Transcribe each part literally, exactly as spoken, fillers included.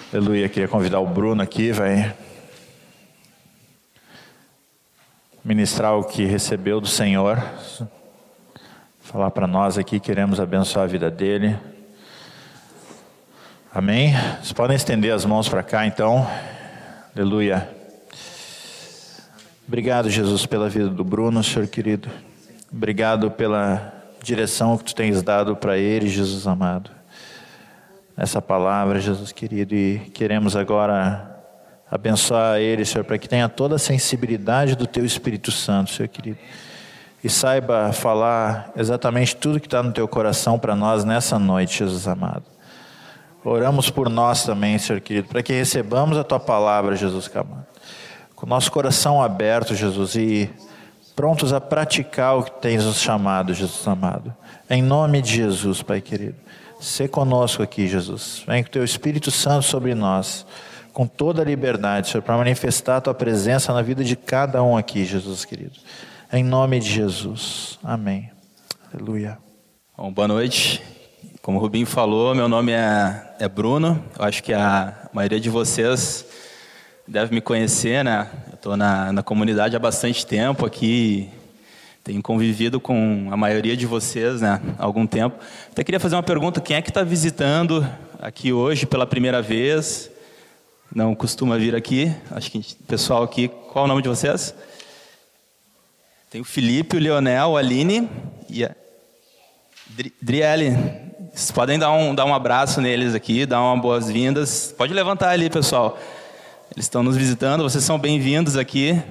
Aleluia, queria convidar o Bruno aqui, vai ministrar o que recebeu do Senhor, falar para nós aqui, queremos abençoar a vida dele. Amém? Vocês podem estender as mãos para cá então. Aleluia. Obrigado, Jesus, pela vida do Bruno, Senhor querido. Obrigado pela direção que tu tens dado para ele, Jesus amado. Essa palavra, Jesus querido, e queremos agora abençoar ele, Senhor, para que tenha toda a sensibilidade do teu Espírito Santo, Senhor querido, e saiba falar exatamente tudo que está no teu coração para nós nessa noite, Jesus amado. Oramos por nós também, Senhor querido, para que recebamos a tua palavra, Jesus amado, com o nosso coração aberto, Jesus, e prontos a praticar o que tens nos chamado, Jesus amado. Em nome de Jesus, Pai querido. Sê conosco aqui, Jesus. Vem com o teu Espírito Santo sobre nós, com toda a liberdade, Senhor, para manifestar a tua presença na vida de cada um aqui, Jesus querido. Em nome de Jesus. Amém. Aleluia. Bom, boa noite. Como o Rubinho falou, meu nome é, é Bruno. Eu acho que a maioria de vocês deve me conhecer, né? Eu estou na, na comunidade há bastante tempo aqui. Tenho convivido com a maioria de vocês, né, há algum tempo. Até queria fazer uma pergunta: quem é que está visitando aqui hoje pela primeira vez? Não costuma vir aqui? Acho que o pessoal aqui... Qual é o nome de vocês? Tem o Felipe, o Leonel, a Aline e a Dri- Driele. Vocês podem dar um, dar um abraço neles aqui, dar uma boas-vindas. Pode levantar ali, pessoal. Eles estão nos visitando, vocês são bem-vindos aqui.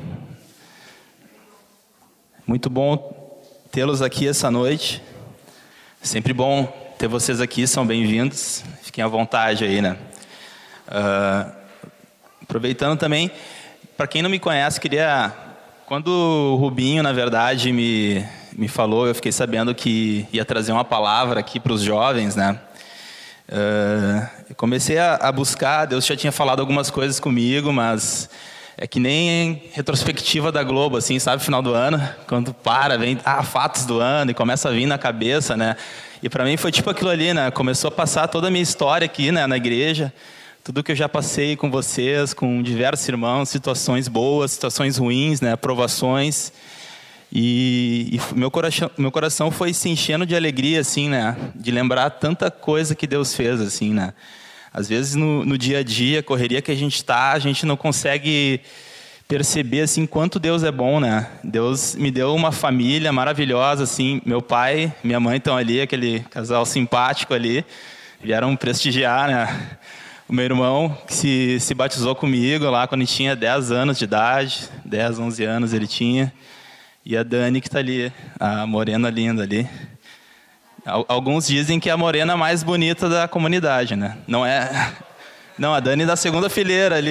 Muito bom tê-los aqui essa noite. Sempre bom ter vocês aqui, são bem-vindos. Fiquem à vontade aí, né? Uh, aproveitando também, para quem não me conhece, queria... Quando o Rubinho, na verdade, me, me falou, eu fiquei sabendo que ia trazer uma palavra aqui para os jovens, né? Uh, eu comecei a, a buscar, Deus já tinha falado algumas coisas comigo, mas... É que nem retrospectiva da Globo, assim, sabe? Final do ano, quando para, vem, ah, fatos do ano, e começa a vir na cabeça, né? E para mim foi tipo aquilo ali, né? Começou a passar toda a minha história aqui, né, na igreja, tudo que eu já passei com vocês, com diversos irmãos, situações boas, situações ruins, né? Provações. E, e meu coração, meu coração foi se enchendo de alegria, assim, né? De lembrar tanta coisa que Deus fez, assim, né? Às vezes no, no dia a dia, a correria que a gente está, a gente não consegue perceber assim quanto Deus é bom, né? Deus me deu uma família maravilhosa, assim. Meu pai, minha mãe estão ali, aquele casal simpático ali, vieram prestigiar, né? O meu irmão que se, se batizou comigo lá quando ele tinha dez anos de idade, dez, onze anos ele tinha, e a Dani que está ali, a morena linda ali. Alguns dizem que é a morena mais bonita da comunidade, né? Não é... Não, a Dani da segunda fileira ali.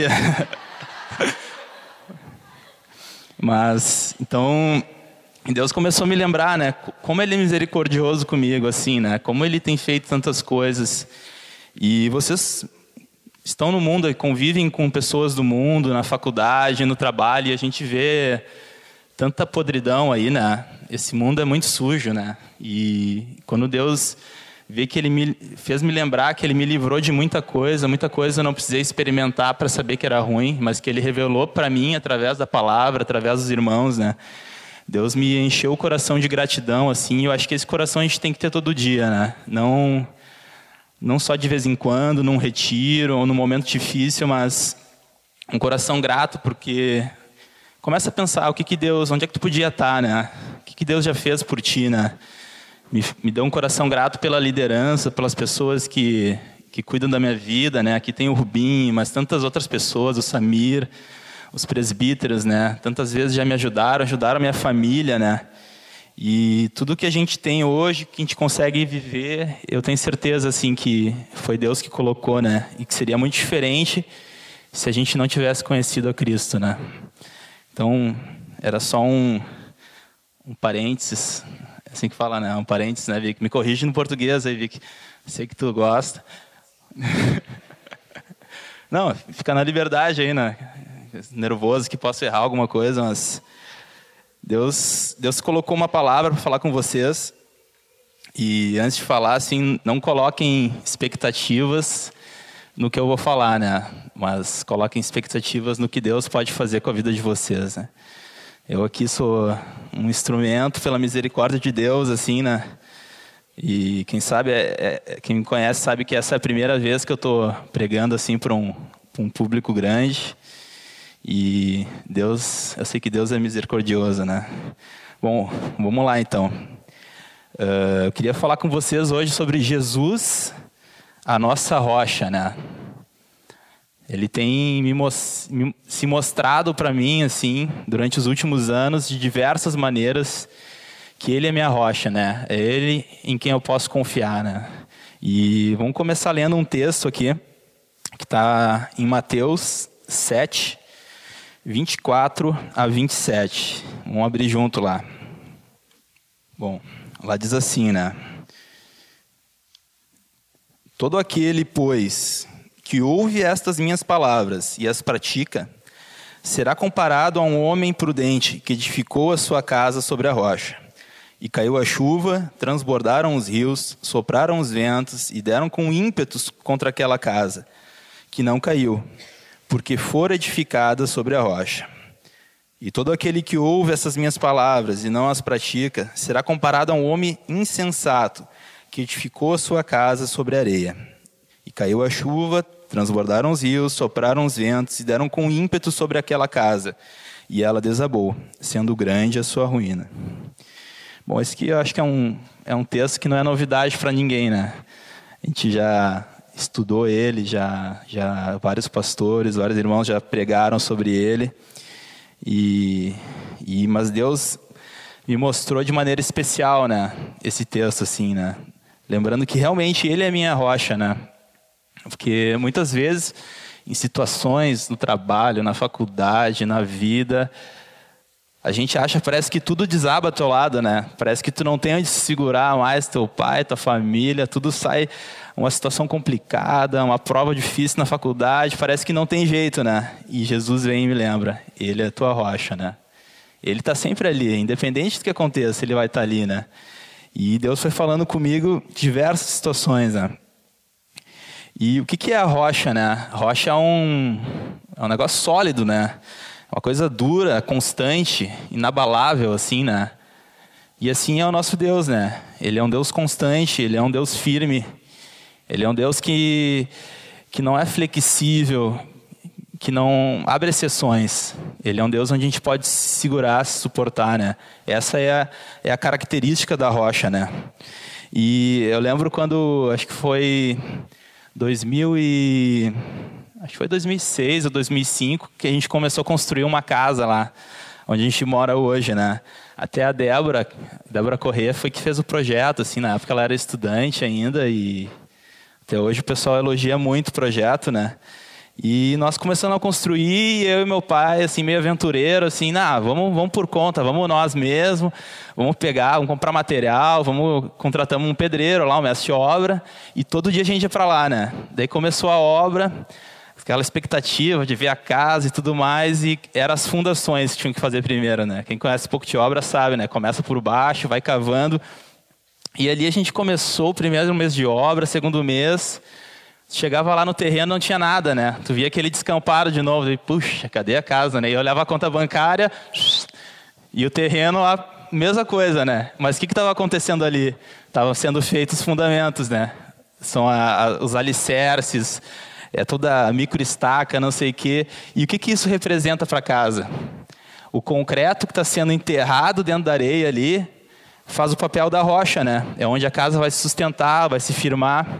Mas, então, Deus começou a me lembrar, né? Como Ele é misericordioso comigo, assim, né? Como Ele tem feito tantas coisas. E vocês estão no mundo, convivem com pessoas do mundo, na faculdade, no trabalho, e a gente vê tanta podridão aí, né? Esse mundo é muito sujo, né? E quando Deus vê que Ele me fez me lembrar que Ele me livrou de muita coisa, muita coisa eu não precisei experimentar para saber que era ruim, mas que Ele revelou para mim através da palavra, através dos irmãos, né? Deus me encheu o coração de gratidão, assim. Eu acho que esse coração a gente tem que ter todo dia, né? Não, não só de vez em quando, num retiro ou num momento difícil, mas um coração grato, porque começa a pensar o que que Deus, onde é que tu podia estar, né? O que que Deus já fez por ti, né? Me, me deu um coração grato pela liderança, pelas pessoas que, que cuidam da minha vida, né? Aqui tem o Rubinho, mas tantas outras pessoas, o Samir, os presbíteros, né? Tantas vezes já me ajudaram, ajudaram a minha família, né? E tudo que a gente tem hoje, que a gente consegue viver, eu tenho certeza, assim, que foi Deus que colocou, né? E que seria muito diferente se a gente não tivesse conhecido a Cristo, né? Então, era só um, um parênteses, é assim que fala, né? Um parênteses, né, Vic? Me corrige no português aí, Vic. Sei que tu gosta. Não, fica na liberdade aí, né? Nervoso que posso errar alguma coisa, mas Deus, Deus colocou uma palavra para falar com vocês. E antes de falar, assim, não coloquem expectativas no que eu vou falar, né? Mas coloquem expectativas no que Deus pode fazer com a vida de vocês, né? Eu aqui sou um instrumento pela misericórdia de Deus, assim, né? E quem sabe, é, é, quem me conhece sabe que essa é a primeira vez que eu estou pregando assim para um, pra um público grande. E Deus, eu sei que Deus é misericordioso, né? Bom, vamos lá então. Uh, eu queria falar com vocês hoje sobre Jesus, a nossa rocha, né? Ele tem me, me, se mostrado para mim, assim, durante os últimos anos, de diversas maneiras, que Ele é minha rocha, né? É Ele em quem eu posso confiar, né? E vamos começar lendo um texto aqui, que está em Mateus sete, vinte e quatro a vinte e sete. Vamos abrir junto lá. Bom, lá diz assim, né? Todo aquele, pois, que ouve estas minhas palavras e as pratica, será comparado a um homem prudente que edificou a sua casa sobre a rocha. E caiu a chuva, transbordaram os rios, sopraram os ventos e deram com ímpetos contra aquela casa, que não caiu, porque fora edificada sobre a rocha. E todo aquele que ouve essas minhas palavras e não as pratica, será comparado a um homem insensato, que edificou a sua casa sobre a areia. E caiu a chuva, transbordaram os rios, sopraram os ventos e deram com ímpeto sobre aquela casa, e ela desabou, sendo grande a sua ruína. Bom, esse aqui eu acho que é um, é um texto que não é novidade para ninguém, né? A gente já estudou ele, já, já vários pastores, vários irmãos já pregaram sobre ele. E, e, mas Deus me mostrou de maneira especial, né, esse texto, assim, né? Lembrando que realmente Ele é a minha rocha, né? Porque muitas vezes, em situações, no trabalho, na faculdade, na vida, a gente acha, parece que tudo desaba ao teu lado, né? Parece que tu não tem onde se segurar mais, teu pai, tua família, tudo sai uma situação complicada, uma prova difícil na faculdade, parece que não tem jeito, né? E Jesus vem e me lembra, Ele é a tua rocha, né? Ele está sempre ali, independente do que aconteça, Ele vai estar ali, né? E Deus foi falando comigo diversas situações, né? E o que que é a rocha, né? A rocha é um, é um negócio sólido, né? Uma coisa dura, constante, inabalável, assim, né? E assim é o nosso Deus, né? Ele é um Deus constante, Ele é um Deus firme. Ele é um Deus que, que não é flexível, que não abre exceções. Ele é um Deus onde a gente pode se segurar, se suportar, né? Essa é a, é a característica da rocha, né? E eu lembro quando, acho que foi dois mil e... Acho que foi dois mil e seis ou dois mil e cinco que a gente começou a construir uma casa lá, onde a gente mora hoje, né? Até a Débora, Débora Corrêa foi que fez o projeto, assim, na época ela era estudante ainda e até hoje o pessoal elogia muito o projeto, né? E nós começamos a construir, eu e meu pai, assim, meio aventureiro, assim, nah, vamos, vamos por conta, vamos nós mesmos, vamos pegar, vamos comprar material, vamos, contratamos um pedreiro lá, um mestre de obra, e todo dia a gente ia para lá, né? Daí começou a obra, aquela expectativa de ver a casa e tudo mais, e eram as fundações que tinham que fazer primeiro, né? Quem conhece um pouco de obra sabe, né? Começa por baixo, vai cavando, e ali a gente começou o primeiro mês de obra, segundo mês, chegava lá no terreno, não tinha nada, né? Tu via aquele descampado de novo, e puxa, cadê a casa, né? E eu olhava a conta bancária, e o terreno, a mesma coisa, né? Mas o que estava acontecendo ali? Estavam sendo feitos os fundamentos, né? São a, a, os alicerces, é toda a microestaca, não sei o quê. E o que, que isso representa para a casa? O concreto que está sendo enterrado dentro da areia ali faz o papel da rocha, né? É onde a casa vai se sustentar, vai se firmar.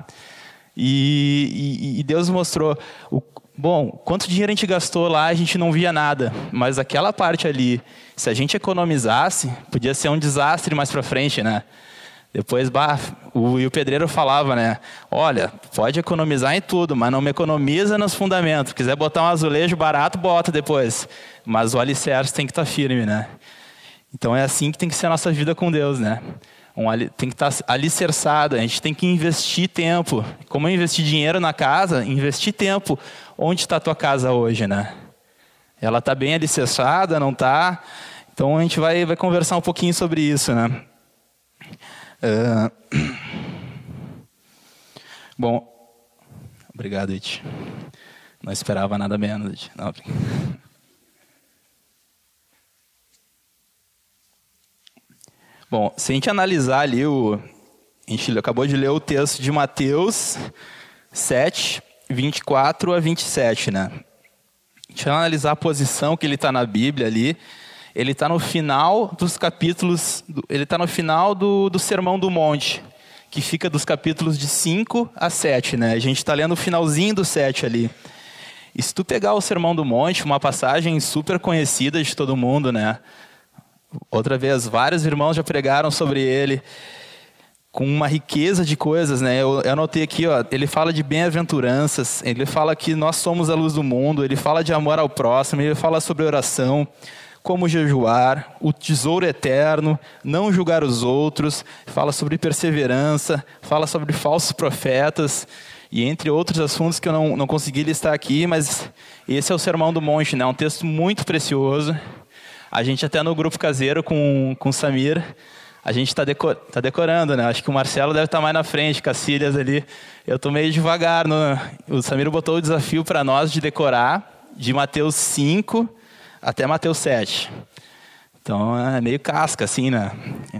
E, e, e Deus mostrou, o, bom, quanto dinheiro a gente gastou lá, a gente não via nada. Mas aquela parte ali, se a gente economizasse, podia ser um desastre mais para frente, né? Depois, bah, o, e o pedreiro falava, né? Olha, pode economizar em tudo, mas não me economiza nos fundamentos. Se quiser botar um azulejo barato, bota depois. Mas o alicerce tem que estar firme, né? Então é assim que tem que ser a nossa vida com Deus, né? Um, tem que estar alicerçado, a gente tem que investir tempo. Como investir dinheiro na casa, investir tempo. Onde está a tua casa hoje, né? Ela está bem alicerçada, não está? Então a gente vai, vai conversar um pouquinho sobre isso, né? Uh... Bom, Obrigado, Iti. Não esperava nada menos, Iti. Não, bom, se a gente analisar ali, o, a gente acabou de ler o texto de Mateus sete, vinte e quatro a vinte e sete, né? A gente vai analisar a posição que ele está na Bíblia ali. Ele está no final dos capítulos, ele está no final do, do Sermão do Monte, que fica dos capítulos de cinco a sete, né? A gente está lendo o finalzinho do sete ali. E se tu pegar o Sermão do Monte, uma passagem super conhecida de todo mundo, né? Outra vez, vários irmãos já pregaram sobre ele, com uma riqueza de coisas, né? Eu, eu anotei aqui, ó, ele fala de bem-aventuranças, ele fala que nós somos a luz do mundo, ele fala de amor ao próximo, ele fala sobre oração, como jejuar, o tesouro eterno, não julgar os outros, fala sobre perseverança, fala sobre falsos profetas, e entre outros assuntos que eu não, não consegui listar aqui, mas esse é o Sermão do Monte, né? Um texto muito precioso. A gente até no grupo caseiro com, com o Samir, a gente está decor, tá decorando, né? Acho que o Marcelo deve estar tá mais na frente, Cacilhas ali. Eu estou meio devagar. No, o Samir botou o desafio para nós de decorar de Mateus cinco até Mateus sete. Então é meio casca, assim, né?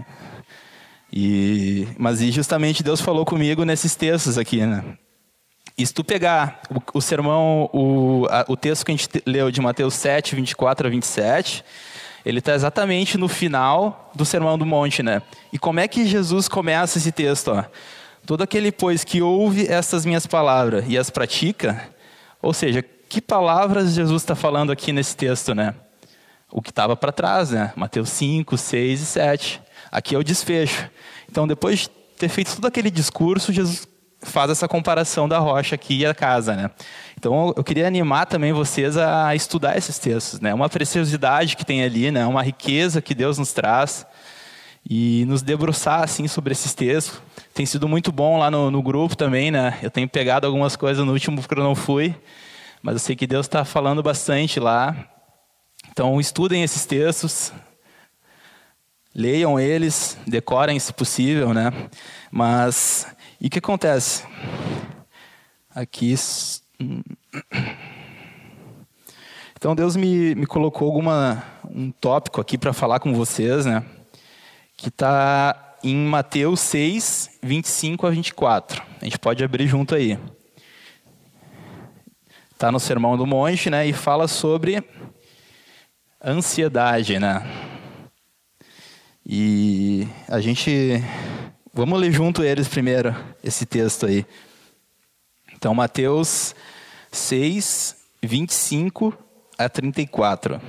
E, mas e justamente Deus falou comigo nesses textos aqui, né? E se tu pegar o, o sermão, o, a, o texto que a gente leu de Mateus sete, vinte e quatro a vinte e sete, ele está exatamente no final do Sermão do Monte, né? E como é que Jesus começa esse texto? Ó? Todo aquele, pois, que ouve estas minhas palavras e as pratica, ou seja, que palavras Jesus está falando aqui nesse texto, né? O que estava para trás, né? Mateus cinco, seis e sete. Aqui é o desfecho. Então, depois de ter feito todo aquele discurso, Jesus faz essa comparação da rocha aqui e a casa, né? Então, eu queria animar também vocês a estudar esses textos, né? Uma preciosidade que tem ali, né? Uma riqueza que Deus nos traz e nos debruçar, assim, sobre esses textos. Tem sido muito bom lá no, no grupo também, né? Eu tenho pegado algumas coisas no último porque eu não fui, mas eu sei que Deus está falando bastante lá. Então, estudem esses textos, leiam eles, decorem se possível, né? Mas, e o que acontece? Aqui... Então, Deus me, me colocou alguma, um tópico aqui para falar com vocês, né? Que está em Mateus seis, vinte e cinco a vinte e quatro. A gente pode abrir junto aí. Está no Sermão do Monte, né? E fala sobre ansiedade, né? E a gente... Vamos ler junto eles primeiro, esse texto aí. Então, Mateus seis, vinte e cinco a trinta e quatro.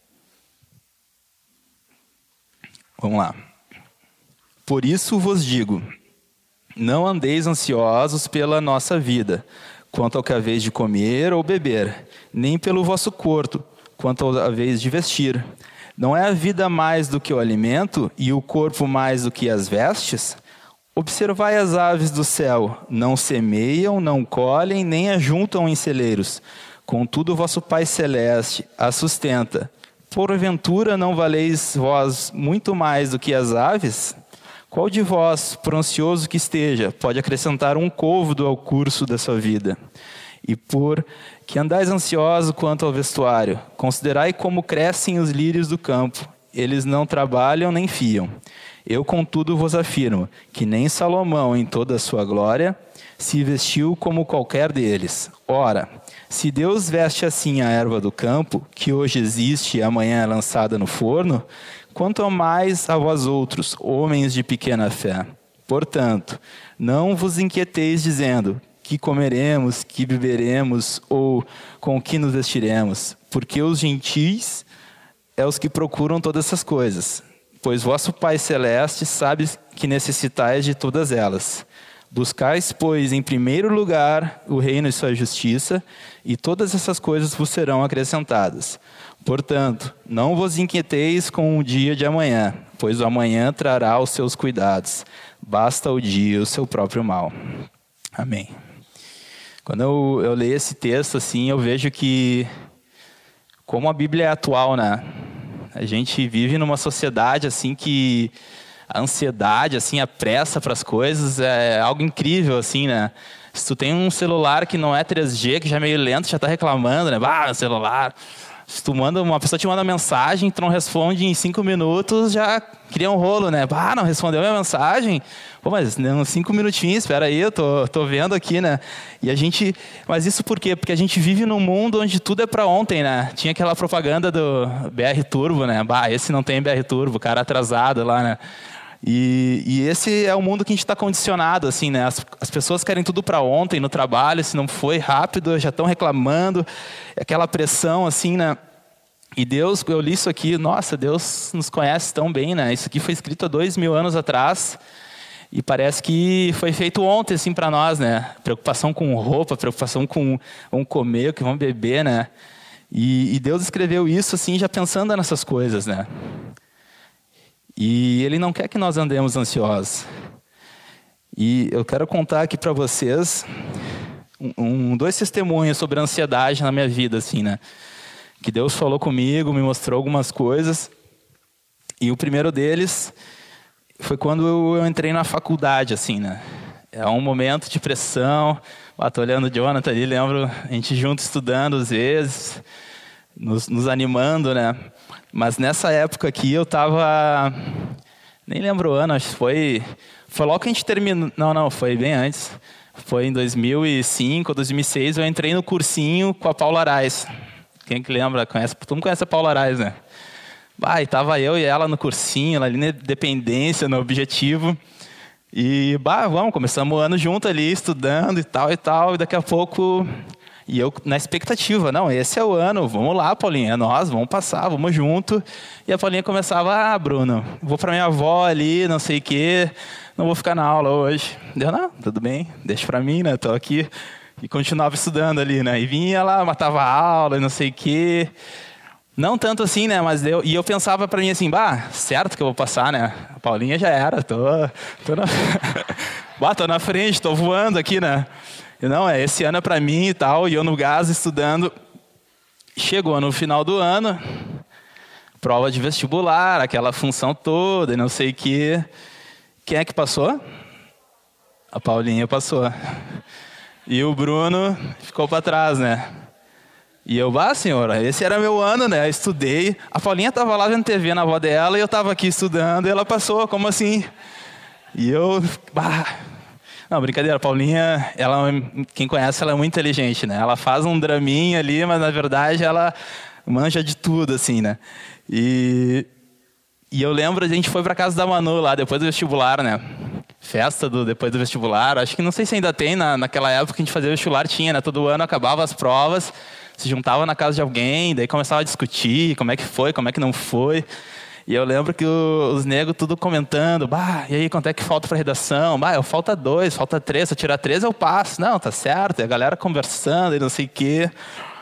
Vamos lá. Por isso vos digo, não andeis ansiosos pela nossa vida, quanto ao que haveis de comer ou beber, nem pelo vosso corpo, quanto ao haveis de vestir. Não é a vida mais do que o alimento, e o corpo mais do que as vestes? Observai as aves do céu, não semeiam, não colhem, nem ajuntam em celeiros. Contudo, vosso Pai Celeste as sustenta. Porventura não valeis vós muito mais do que as aves? Qual de vós, por ansioso que esteja, pode acrescentar um côvado ao curso da sua vida? E por que andais ansioso quanto ao vestuário? Considerai como crescem os lírios do campo. Eles não trabalham nem fiam. Eu, contudo, vos afirmo que nem Salomão, em toda a sua glória, se vestiu como qualquer deles. Ora, se Deus veste assim a erva do campo, que hoje existe e amanhã é lançada no forno, quanto mais a vós outros, homens de pequena fé. Portanto, não vos inquieteis dizendo, que comeremos, que beberemos, ou com que nos vestiremos, porque os gentis é os que procuram todas essas coisas. Pois vosso Pai Celeste sabe que necessitais de todas elas. Buscais, pois, em primeiro lugar o reino e sua justiça, e todas essas coisas vos serão acrescentadas. Portanto, não vos inquieteis com o dia de amanhã, pois o amanhã trará os seus cuidados. Basta o dia o seu próprio mal. Amém. Quando eu, eu leio esse texto, assim, eu vejo que, como a Bíblia é atual, né? A gente vive numa sociedade assim que a ansiedade, assim, a pressa para as coisas é algo incrível, assim, né? Se tu tem um celular que não é três G, que já é meio lento, já tá reclamando, né? Ah, celular. Se tu manda, uma pessoa te manda mensagem, tu não responde em cinco minutos, já cria um rolo, né? Ah, não respondeu minha mensagem? Pô, mas não, cinco minutinhos, espera aí, eu tô, tô vendo aqui, né? E a gente... Mas isso por quê? Porque a gente vive num mundo onde tudo é para ontem, né? Tinha aquela propaganda do B R Turbo, né? Bah, esse não tem B R Turbo, cara atrasado lá, né? E, e esse é o mundo que a gente está condicionado, assim, né? As, as pessoas querem tudo para ontem no trabalho, se não foi rápido, já estão reclamando, aquela pressão, assim, né? E Deus, eu li isso aqui, nossa, Deus nos conhece tão bem, né? Isso aqui foi escrito há dois mil anos atrás e parece que foi feito ontem, assim, para nós, né? Preocupação com roupa, preocupação com vamos comer, o que vamos beber, né? E, e Deus escreveu isso, assim, já pensando nessas coisas, né? E Ele não quer que nós andemos ansiosos. E eu quero contar aqui para vocês um, um, dois testemunhos sobre a ansiedade na minha vida, assim, né? Que Deus falou comigo, me mostrou algumas coisas. E o primeiro deles foi quando eu entrei na faculdade, assim, né? É um momento de pressão. Ah, tô olhando o Jonathan ali, lembro a gente junto estudando às vezes, nos, nos animando, né? Mas nessa época aqui eu estava... Nem lembro o ano, acho que foi... Foi logo que a gente terminou... Não, não, foi bem antes. Foi em dois mil e cinco, dois mil e seis, eu entrei no cursinho com a Paula Arais. Quem que lembra? Conhece? Todo mundo conhece a Paula Arais, né? Bah, e tava eu e ela no cursinho, ali na dependência, no objetivo. E, bah, vamos, começamos o ano junto ali, estudando e tal e tal. E daqui a pouco... E eu na expectativa, não, esse é o ano, vamos lá, Paulinha, é nós, vamos passar, vamos junto. E a Paulinha começava, ah, Bruno, vou para minha avó ali, não sei o quê, não vou ficar na aula hoje. Deu, não, tudo bem, deixa para mim, né, tô aqui. E continuava estudando ali, né, e vinha lá, matava a aula e não sei o quê. Não tanto assim, né, mas deu. E eu pensava para mim assim, bah, certo que eu vou passar, né, a Paulinha já era, tô, tô, na... bah, tô na frente, tô voando aqui, né. Não, é, esse ano é para mim e tal, e eu no gás estudando. Chegou no final do ano, prova de vestibular, aquela função toda e não sei o quê. Quem é que passou? A Paulinha passou. E o Bruno ficou para trás, né? E eu, ah, senhora, esse era meu ano, né? Eu estudei. A Paulinha estava lá vendo T V na avó dela e eu estava aqui estudando e ela passou, como assim? E eu, bah... Não, brincadeira, a Paulinha, ela, quem conhece, ela é muito inteligente, né? Ela faz um draminha ali, mas na verdade ela manja de tudo, assim, né? E, e eu lembro, a gente foi pra casa da Manu lá, depois do vestibular, né? Festa do depois do vestibular, acho que não sei se ainda tem, na, naquela época que a gente fazia vestibular, tinha, né? Todo ano acabava as provas, se juntava na casa de alguém, daí começava a discutir como é que foi, como é que não foi. E eu lembro que o, os negros tudo comentando, bah, e aí, quanto é que falta para redação? Bah, eu falta dois, falta três, se eu tirar três eu passo. Não, tá certo. E a galera conversando e não sei o quê.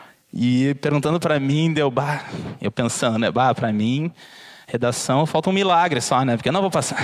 E perguntando para mim, deu, bah, eu pensando, né, bah, para mim, redação falta um milagre só, né, porque eu não vou passar.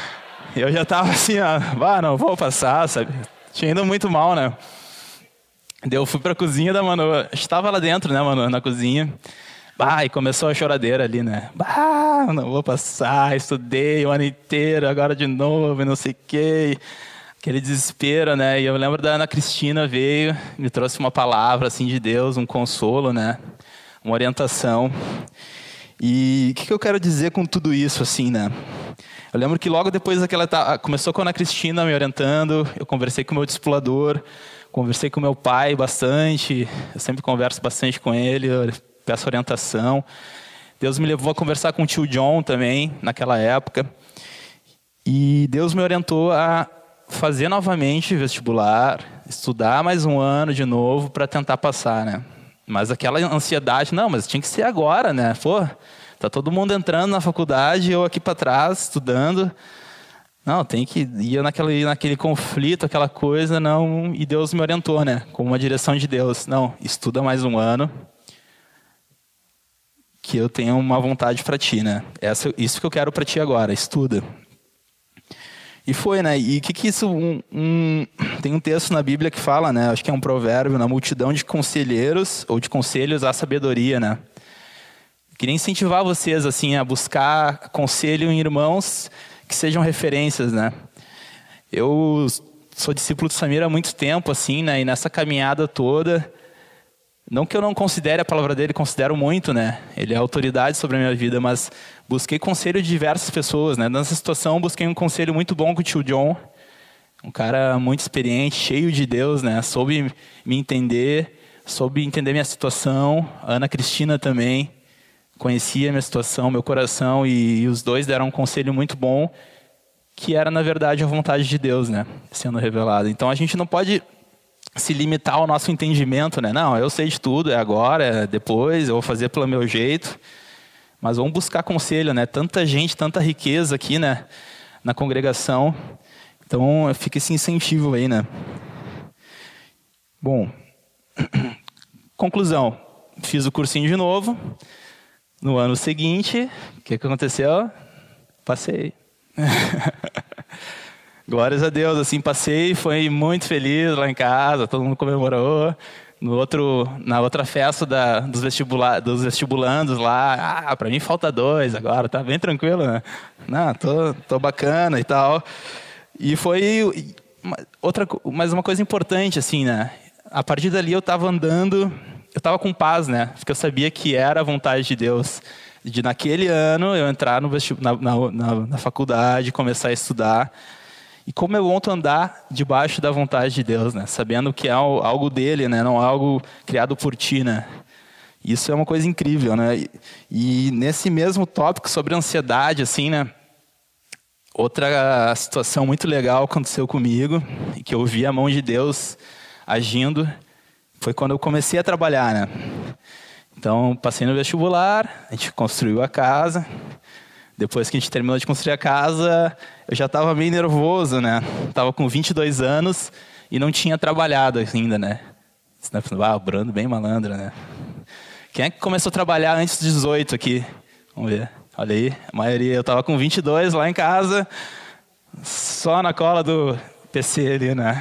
Eu já tava assim, ó, bah, não vou passar, sabe? Tinha ido muito mal, né? Daí eu fui pra cozinha da Manu, estava lá dentro, né, Manu, na cozinha. Bah, e começou a choradeira ali, né? Bah, não vou passar, estudei o ano inteiro, agora de novo, e não sei o quê. Aquele desespero, né? E eu lembro da Ana Cristina veio, me trouxe uma palavra, assim, de Deus, um consolo, né? Uma orientação. E o que, que eu quero dizer com tudo isso, assim, né? Eu lembro que logo depois daquela etapa, começou com a Ana Cristina me orientando, eu conversei com o meu discipulador, conversei com o meu pai bastante, eu sempre converso bastante com ele, eu peço orientação. Deus me levou a conversar com o tio John também, naquela época. E Deus me orientou a fazer novamente vestibular, estudar mais um ano de novo para tentar passar, né? Mas aquela ansiedade, não, mas tinha que ser agora, né? Pô, tá todo mundo entrando na faculdade, eu aqui para trás, estudando. Não, tem que ir naquele, naquele conflito, aquela coisa, não. E Deus me orientou, né? Com uma direção de Deus. Não, estuda mais um ano, que eu tenho uma vontade para ti, né? Essa, isso que eu quero para ti agora, estuda. E foi, né? E o que que isso... Um, um, tem um texto na Bíblia que fala, né? Acho que é um provérbio, na multidão de conselheiros, ou de conselhos, há sabedoria, né? Queria incentivar vocês, assim, a buscar conselho em irmãos que sejam referências, né? Eu sou discípulo do Samir há muito tempo, assim, né? E nessa caminhada toda, não que eu não considere a palavra dele, considero muito, né? Ele é autoridade sobre a minha vida, mas busquei conselho de diversas pessoas, né? Nessa situação, busquei um conselho muito bom com o tio John, um cara muito experiente, cheio de Deus, né? Soube me entender, soube entender minha situação. A Ana Cristina também conhecia a minha situação, meu coração, e, e os dois deram um conselho muito bom, que era, na verdade, a vontade de Deus, né? Sendo revelada. Então, a gente não pode se limitar ao nosso entendimento, né? Não, eu sei de tudo, é agora, é depois, eu vou fazer pelo meu jeito. Mas vamos buscar conselho, né? Tanta gente, tanta riqueza aqui, né? Na congregação. Então, fica esse incentivo aí, né? Bom, conclusão. Fiz o cursinho de novo. No ano seguinte, o que, que aconteceu? Passei. Glórias a Deus, assim, passei, foi muito feliz lá em casa, todo mundo comemorou. No outro, na outra festa da, dos, vestibula, dos vestibulandos lá, ah, para mim falta dois agora, tá bem tranquilo, né? Não, tô, tô bacana e tal. E foi outra, mais uma coisa importante, assim, né? A partir dali eu estava andando, eu estava com paz, né? Porque eu sabia que era a vontade de Deus. De naquele ano eu entrar no vestib... na, na, na, na faculdade, começar a estudar. E como é bom tu andar debaixo da vontade de Deus, né? Sabendo que é algo dele, né? Não algo criado por ti, né? Isso é uma coisa incrível, né? E, e nesse mesmo tópico sobre ansiedade, assim, né? Outra situação muito legal aconteceu comigo, e que eu vi a mão de Deus agindo, foi quando eu comecei a trabalhar, né? Então, passei no vestibular, a gente construiu a casa. Depois que a gente terminou de construir a casa, eu já estava meio nervoso, né? Estava com vinte e dois anos e não tinha trabalhado ainda, né? Ah, o Brando bem malandro, né? Quem é que começou a trabalhar antes dos dezoito aqui? Vamos ver. Olha aí, a maioria. Eu estava com vinte e dois lá em casa, só na cola do P C ali, né?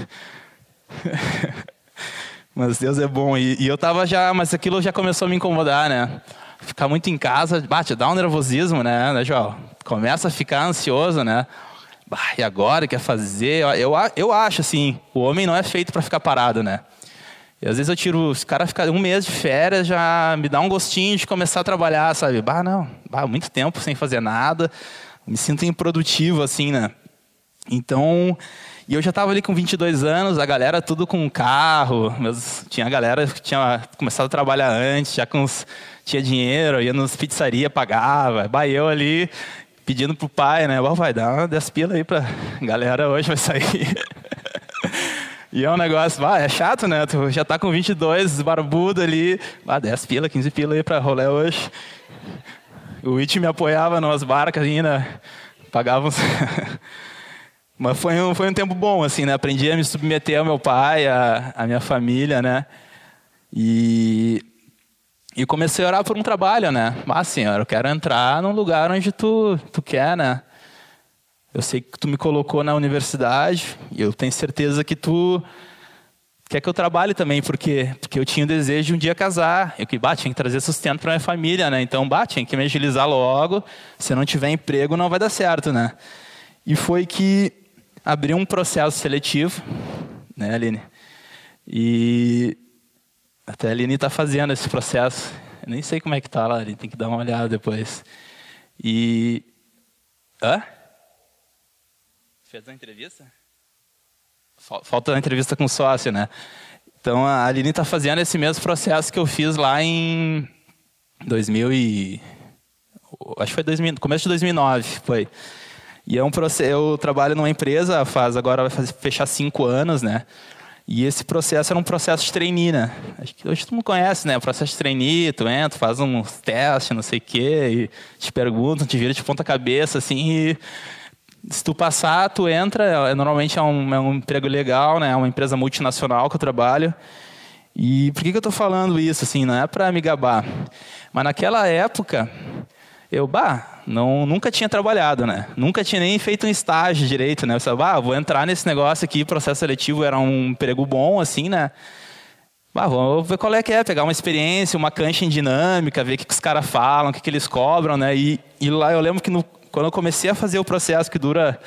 Mas Deus é bom. E, e eu estava já... Mas aquilo já começou a me incomodar, né? Ficar muito em casa, bate, dá um nervosismo, né, né, João? Começa a ficar ansioso, né? Bah, e agora, quer fazer? Eu, eu acho, assim, o homem não é feito para ficar parado, né? E às vezes eu tiro... Os caras ficam um mês de férias, já me dá um gostinho de começar a trabalhar, sabe? Bah, não. Bah, muito tempo sem fazer nada. Me sinto improdutivo, assim, né? Então... E eu já estava ali com vinte e dois anos, a galera tudo com carro. Meus, tinha a galera que tinha começado a trabalhar antes, já com os, tinha dinheiro, ia nas pizzarias, pagava. Bah, eu ali pedindo pro pai, né? Oh, vai dar dez pila aí pra galera, hoje vai sair. E é um negócio, bah, é chato, né? Tu já tá com vinte e dois, barbudo ali. Bah, dez pila, quinze pila aí pra rolê hoje. O It me apoiava nas barcas ainda, pagava uns... Mas foi um, foi um tempo bom, assim, né? Aprendi a me submeter ao meu pai, à, à minha família, né? E, e comecei a orar por um trabalho, né? Ah, Senhor, eu quero entrar num lugar onde tu, tu quer, né? Eu sei que tu me colocou na universidade e eu tenho certeza que tu quer que eu trabalhe também, porque, porque eu tinha o desejo de um dia casar. Eu que, bah, tinha que trazer sustento para minha família, né? Então, bah, tinha que me agilizar logo. Se não tiver emprego, não vai dar certo, né? E foi que abriu um processo seletivo, né, Aline? E até a Aline está fazendo esse processo. Eu nem sei como é que está lá, Aline, tem que dar uma olhada depois. E... Hã? Fez a entrevista? Falta a entrevista com o sócio, né? Então a Aline está fazendo esse mesmo processo que eu fiz lá em dois mil e... Acho que foi dois mil, começo de dois mil e nove, foi. E é um processo, eu trabalho numa empresa, faz, agora vai fazer, fechar cinco anos, né? E esse processo era um processo de trainee, né? Acho que hoje todo mundo conhece, né? O processo de trainee, tu entra, faz uns testes, não sei o quê, e te perguntam, te vira de ponta cabeça, assim, e se tu passar, tu entra, é, normalmente é um, é um emprego legal, né? É uma empresa multinacional que eu trabalho. E por que que eu tô falando isso, assim? Não é para me gabar. Mas naquela época, eu, bah... Não, nunca tinha trabalhado, né? Nunca tinha nem feito um estágio direito, né? Eu falei, ah, vou entrar nesse negócio aqui, processo seletivo era um emprego bom, assim, né? Ah, vamos ver qual é que é, pegar uma experiência, uma cancha em dinâmica, ver o que, que os caras falam, o que, que eles cobram, né? E, e lá eu lembro que no, quando eu comecei a fazer o processo, que dura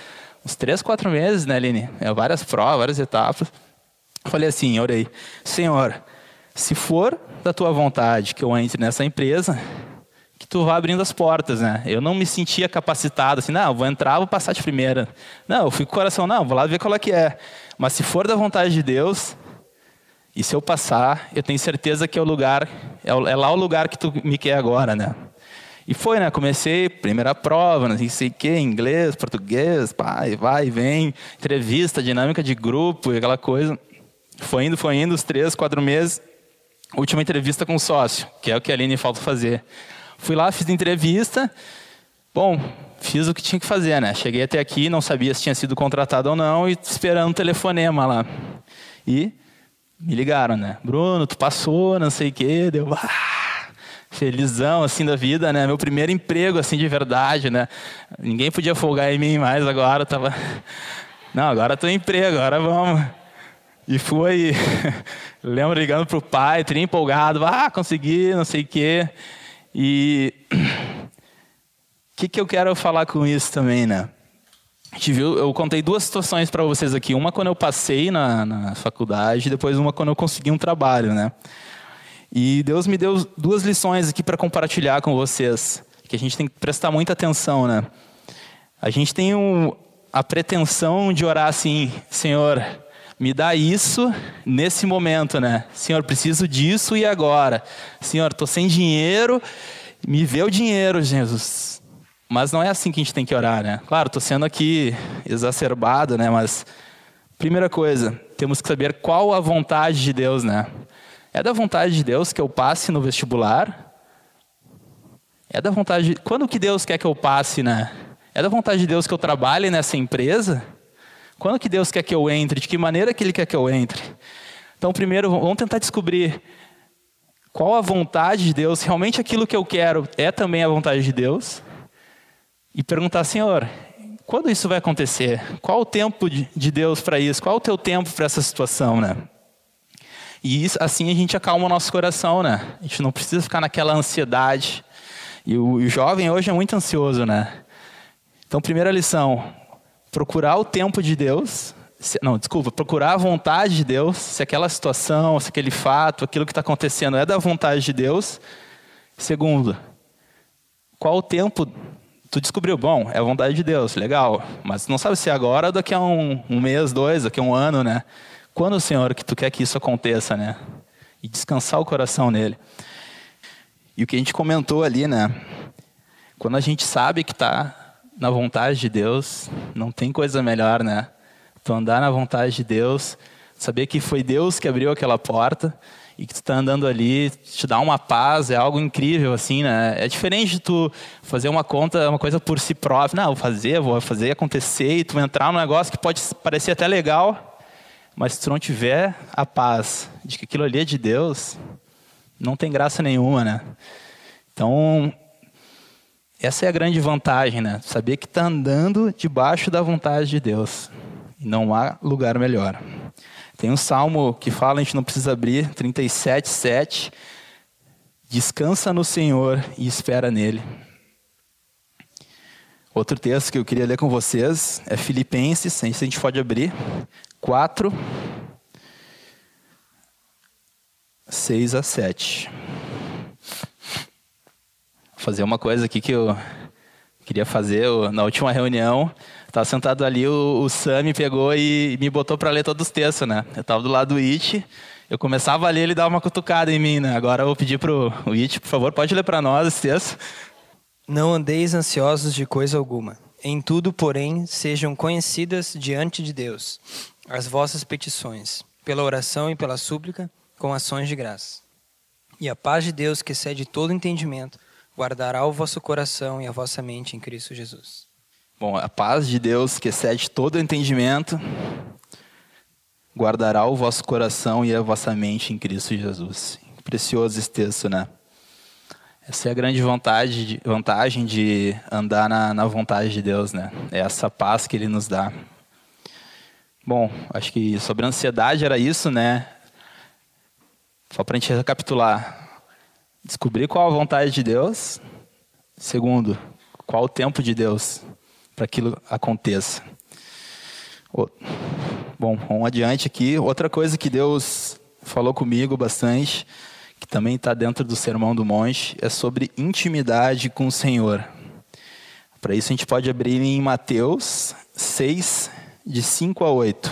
uns três, quatro meses, né, Aline? É, várias provas, várias etapas. Falei assim, orei, Senhor, se for da tua vontade que eu entre nessa empresa, que tu vá abrindo as portas, né? Eu não me sentia capacitado, assim, não, vou entrar, vou passar de primeira. Não, eu fui com o coração, não, vou lá ver qual é que é. Mas se for da vontade de Deus, e se eu passar, eu tenho certeza que é o lugar, é lá o lugar que tu me quer agora, né? E foi, né? Comecei, primeira prova, não sei o que, inglês, português, pai, vai, vem, entrevista, dinâmica de grupo e aquela coisa. Foi indo, foi indo, os três, quatro meses. Última entrevista com o sócio, que é o que a Aline falta fazer. Fui lá, fiz entrevista. Bom, fiz o que tinha que fazer, né? Cheguei até aqui, não sabia se tinha sido contratado ou não, e esperando um telefonema lá. E me ligaram, né? Bruno, tu passou, não sei o quê. Deu, ah, felizão, assim, da vida, né? Meu primeiro emprego, assim, de verdade, né? Ninguém podia folgar em mim mais agora. Eu tava... Não, agora tô em emprego, agora vamos... E foi, lembro ligando para o pai, tri empolgado, ah, consegui, não sei o quê. E o que, que eu quero falar com isso também, né? A gente viu, eu contei duas situações para vocês aqui. Uma quando eu passei na, na faculdade, depois uma quando eu consegui um trabalho, né? E Deus me deu duas lições aqui para compartilhar com vocês, que a gente tem que prestar muita atenção, né? A gente tem um, a pretensão de orar assim, Senhor... me dá isso nesse momento, né? Senhor, preciso disso e agora. Senhor, estou sem dinheiro, me vê o dinheiro, Jesus. Mas não é assim que a gente tem que orar, né? Claro, estou sendo aqui exacerbado, né? Mas, primeira coisa, temos que saber qual a vontade de Deus, né? É da vontade de Deus que eu passe no vestibular? É da vontade... De... Quando que Deus quer que eu passe, né? É da vontade de Deus que eu trabalhe nessa empresa? Quando que Deus quer que eu entre? De que maneira que Ele quer que eu entre? Então, primeiro, vamos tentar descobrir qual a vontade de Deus. Realmente aquilo que eu quero é também a vontade de Deus. E perguntar, Senhor, quando isso vai acontecer? Qual o tempo de Deus para isso? Qual o teu tempo para essa situação, né? E isso, assim a gente acalma o nosso coração, né? A gente não precisa ficar naquela ansiedade. E o, o jovem hoje é muito ansioso, né? Então, primeira lição... procurar o tempo de Deus, se, não, desculpa, procurar a vontade de Deus, se aquela situação, se aquele fato, aquilo que está acontecendo é da vontade de Deus. Segundo, qual o tempo, tu descobriu, bom, é a vontade de Deus, legal, mas não sabe se é agora ou daqui a um, um mês, dois, daqui a um ano, né? Quando, Senhor, que tu quer que isso aconteça, né? E descansar o coração nele. E o que a gente comentou ali, né? Quando a gente sabe que está na vontade de Deus, não tem coisa melhor, né? Tu andar na vontade de Deus, saber que foi Deus que abriu aquela porta e que tu tá andando ali, te dá uma paz, é algo incrível, assim, né? É diferente de tu fazer uma conta, uma coisa por si próprio. Não, vou fazer, vou fazer acontecer, e tu entrar num negócio que pode parecer até legal, mas se tu não tiver a paz de que aquilo ali é de Deus, não tem graça nenhuma, né? Então... essa é a grande vantagem, né? Saber que está andando debaixo da vontade de Deus. E não há lugar melhor. Tem um salmo que fala, a gente não precisa abrir, trinta e sete, sete. Descansa no Senhor e espera nele. Outro texto que eu queria ler com vocês é Filipenses, a gente pode abrir, quatro, seis a sete. Fazer uma coisa aqui que eu queria fazer eu, na última reunião. Estava sentado ali, o, o Sam me pegou e me botou para ler todos os textos, né? Eu estava do lado do It, eu começava a ler, ele dava uma cutucada em mim, né? Agora eu vou pedir para o It, por favor, pode ler para nós esse texto. Não andeis ansiosos de coisa alguma. Em tudo, porém, sejam conhecidas diante de Deus as vossas petições, pela oração e pela súplica, com ações de graça. E a paz de Deus, que excede todo entendimento, guardará o vosso coração e a vossa mente em Cristo Jesus. Bom, a paz de Deus, que excede todo entendimento, guardará o vosso coração e a vossa mente em Cristo Jesus. Precioso esse texto, né? Essa é a grande vantagem de, vantagem de andar na, na vontade de Deus, né? É essa paz que Ele nos dá. Bom, acho que sobre a ansiedade era isso, né? Só para a gente recapitular. Descobrir qual a vontade de Deus. Segundo, qual o tempo de Deus para que aquilo aconteça. Bom, vamos adiante aqui. Outra coisa que Deus falou comigo bastante, que também está dentro do Sermão do Monte, é sobre intimidade com o Senhor. Para isso a gente pode abrir em Mateus seis, de cinco a oito.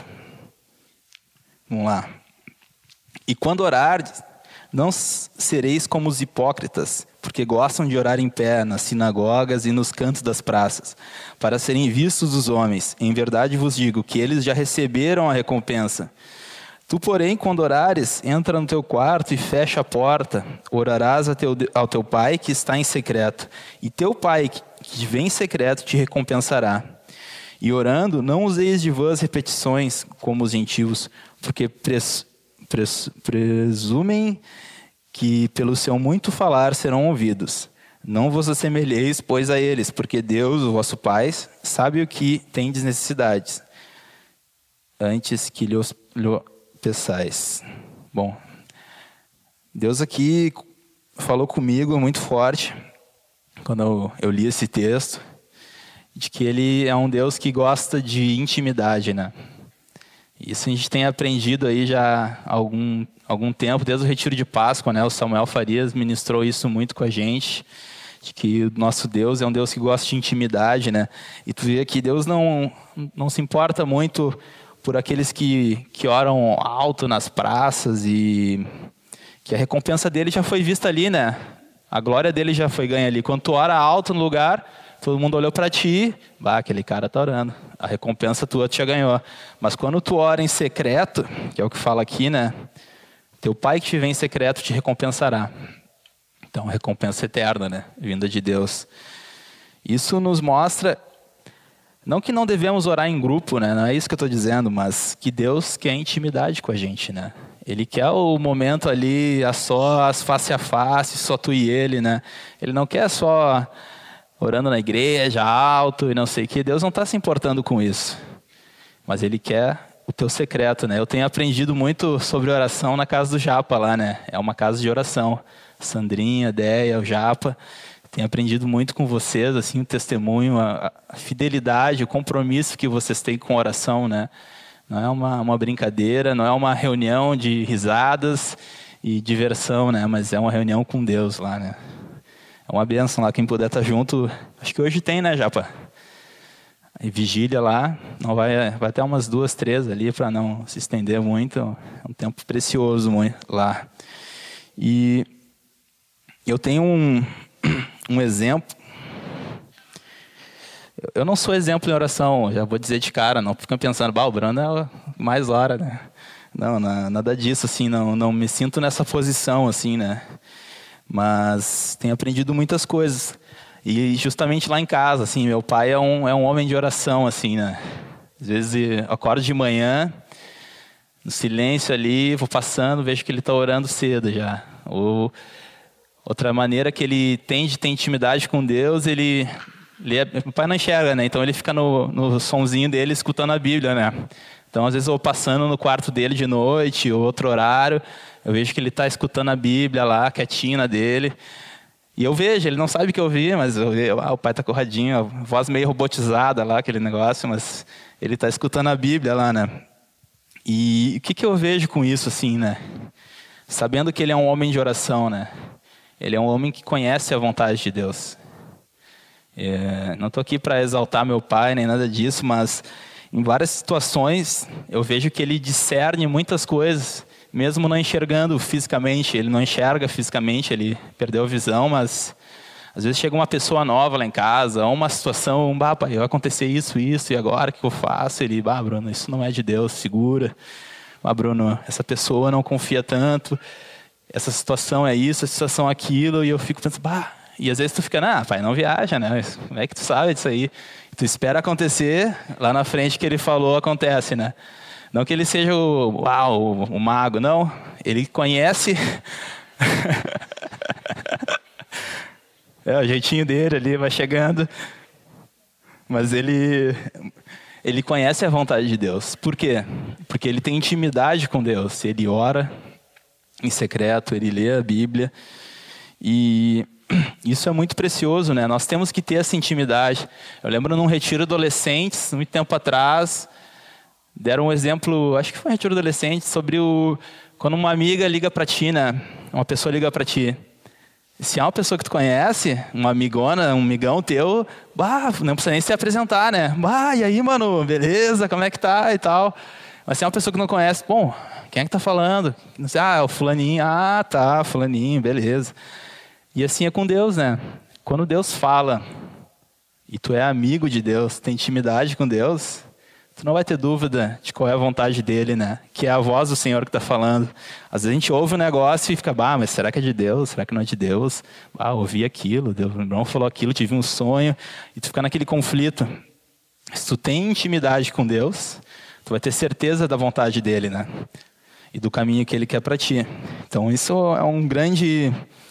Vamos lá. E quando orardes, não sereis como os hipócritas, porque gostam de orar em pé nas sinagogas e nos cantos das praças, para serem vistos dos homens. Em verdade vos digo que eles já receberam a recompensa. Tu, porém, quando orares, entra no teu quarto e fecha a porta. Orarás ao teu, ao teu pai que está em secreto, e teu pai que vem em secreto te recompensará. E orando, não useis de vãs repetições como os gentios, porque pres, pres, presumem que pelo seu muito falar serão ouvidos. Não vos assemelheis, pois, a eles, porque Deus, o vosso Pai, sabe o que tendes necessidades, antes que lhe peçais. Bom, Deus aqui falou comigo muito forte, quando eu, eu li esse texto, de que Ele é um Deus que gosta de intimidade, né? Isso a gente tem aprendido aí já há algum, algum tempo, desde o Retiro de Páscoa, né? O Samuel Farias ministrou isso muito com a gente, de que o nosso Deus é um Deus que gosta de intimidade, né? E tu vê que Deus não, não se importa muito por aqueles que, que oram alto nas praças e que a recompensa dele já foi vista ali, né? A glória dele já foi ganha ali. Quando tu ora alto no lugar, todo mundo olhou para ti, bah, aquele cara tá orando. A recompensa tua te já ganhou. Mas quando tu ora em secreto, que é o que fala aqui, né? Teu pai que te vem em secreto te recompensará. Então, recompensa eterna, né? Vinda de Deus. Isso nos mostra, não que não devemos orar em grupo, né? Não é isso que eu estou dizendo, mas que Deus quer intimidade com a gente, né? Ele quer o momento ali a sós, face a face, só tu e ele, né? Ele não quer só orando na igreja, alto e não sei o que. Deus não está se importando com isso. Mas Ele quer o teu secreto, né? Eu tenho aprendido muito sobre oração na casa do Japa lá, né? É uma casa de oração. Sandrinha, Deia, o Japa. Tenho aprendido muito com vocês, assim, o testemunho, a, a fidelidade, o compromisso que vocês têm com a oração, né? Não é uma, uma brincadeira, não é uma reunião de risadas e diversão, né? Mas é uma reunião com Deus lá, né? É uma bênção lá, quem puder estar junto. Acho que hoje tem, né, Japa? E vigília lá, não vai, vai até umas duas, três ali, para não se estender muito. É um tempo precioso muito lá. E eu tenho um, um exemplo. Eu não sou exemplo em oração, já vou dizer de cara, não fica pensando, bah, o Brando é mais hora, né? Não, não, nada disso, assim, não, não me sinto nessa posição, assim, né? Mas tenho aprendido muitas coisas. E justamente lá em casa, assim, meu pai é um, é um homem de oração, assim, né? Às vezes eu acordo de manhã, no silêncio ali, vou passando, vejo que ele está orando cedo já. Ou outra maneira que ele tem de ter intimidade com Deus, ele... ele é, meu pai não enxerga, né? Então ele fica no, no sonzinho dele escutando a Bíblia, né? Então às vezes eu vou passando no quarto dele de noite, ou outro horário, eu vejo que ele está escutando a Bíblia lá, quietinho na dele. E eu vejo, ele não sabe que eu vi, mas eu vejo, ah, o pai está corradinho, a voz meio robotizada lá, aquele negócio, mas ele está escutando a Bíblia lá, né? E o que, que eu vejo com isso, assim, né? Sabendo que ele é um homem de oração, né? Ele é um homem que conhece a vontade de Deus. É, não estou aqui para exaltar meu pai, nem nada disso, mas em várias situações eu vejo que ele discerne muitas coisas, mesmo não enxergando fisicamente. Ele não enxerga fisicamente, ele perdeu a visão, mas às vezes chega uma pessoa nova lá em casa, ou uma situação, bah, pai, vai acontecer isso, isso, e agora o que eu faço? Ele, bah, Bruno, isso não é de Deus, segura. Bah, Bruno, essa pessoa não confia tanto, essa situação é isso, essa situação é aquilo, e eu fico pensando, bah, e às vezes tu fica, ah, pai, não viaja, né? Como é que tu sabe disso aí? Tu espera acontecer, lá na frente que ele falou, acontece, né? Não que ele seja o, uau, o, o mago, não. Ele conhece... é o jeitinho dele ali, vai chegando. Mas ele, ele conhece a vontade de Deus. Por quê? Porque ele tem intimidade com Deus. Ele ora em secreto, ele lê a Bíblia. E isso é muito precioso, né? Nós temos que ter essa intimidade. Eu lembro num retiro adolescentes, muito tempo atrás... deram um exemplo, acho que foi um retiro adolescente, sobre o quando uma amiga liga para ti, né? Uma pessoa liga para ti. Se é uma pessoa que tu conhece, uma amigona, um amigão teu, bah, não precisa nem se apresentar, né? Bah, e aí, mano, beleza? Como é que tá e tal? Mas se é uma pessoa que não conhece, bom, quem é que tá falando? Não sei, ah, é o fulaninho. Ah, tá, fulaninho, beleza. E assim é com Deus, né? Quando Deus fala e tu é amigo de Deus, tem intimidade com Deus, tu não vai ter dúvida de qual é a vontade dele, né? Que é a voz do Senhor que está falando. Às vezes a gente ouve um negócio e fica, bah, mas será que é de Deus? Será que não é de Deus? Ah, ouvi aquilo, Deus não falou aquilo, tive um sonho. E tu fica naquele conflito. Se tu tem intimidade com Deus, tu vai ter certeza da vontade dele, né? E do caminho que ele quer para ti. Então isso é um grande,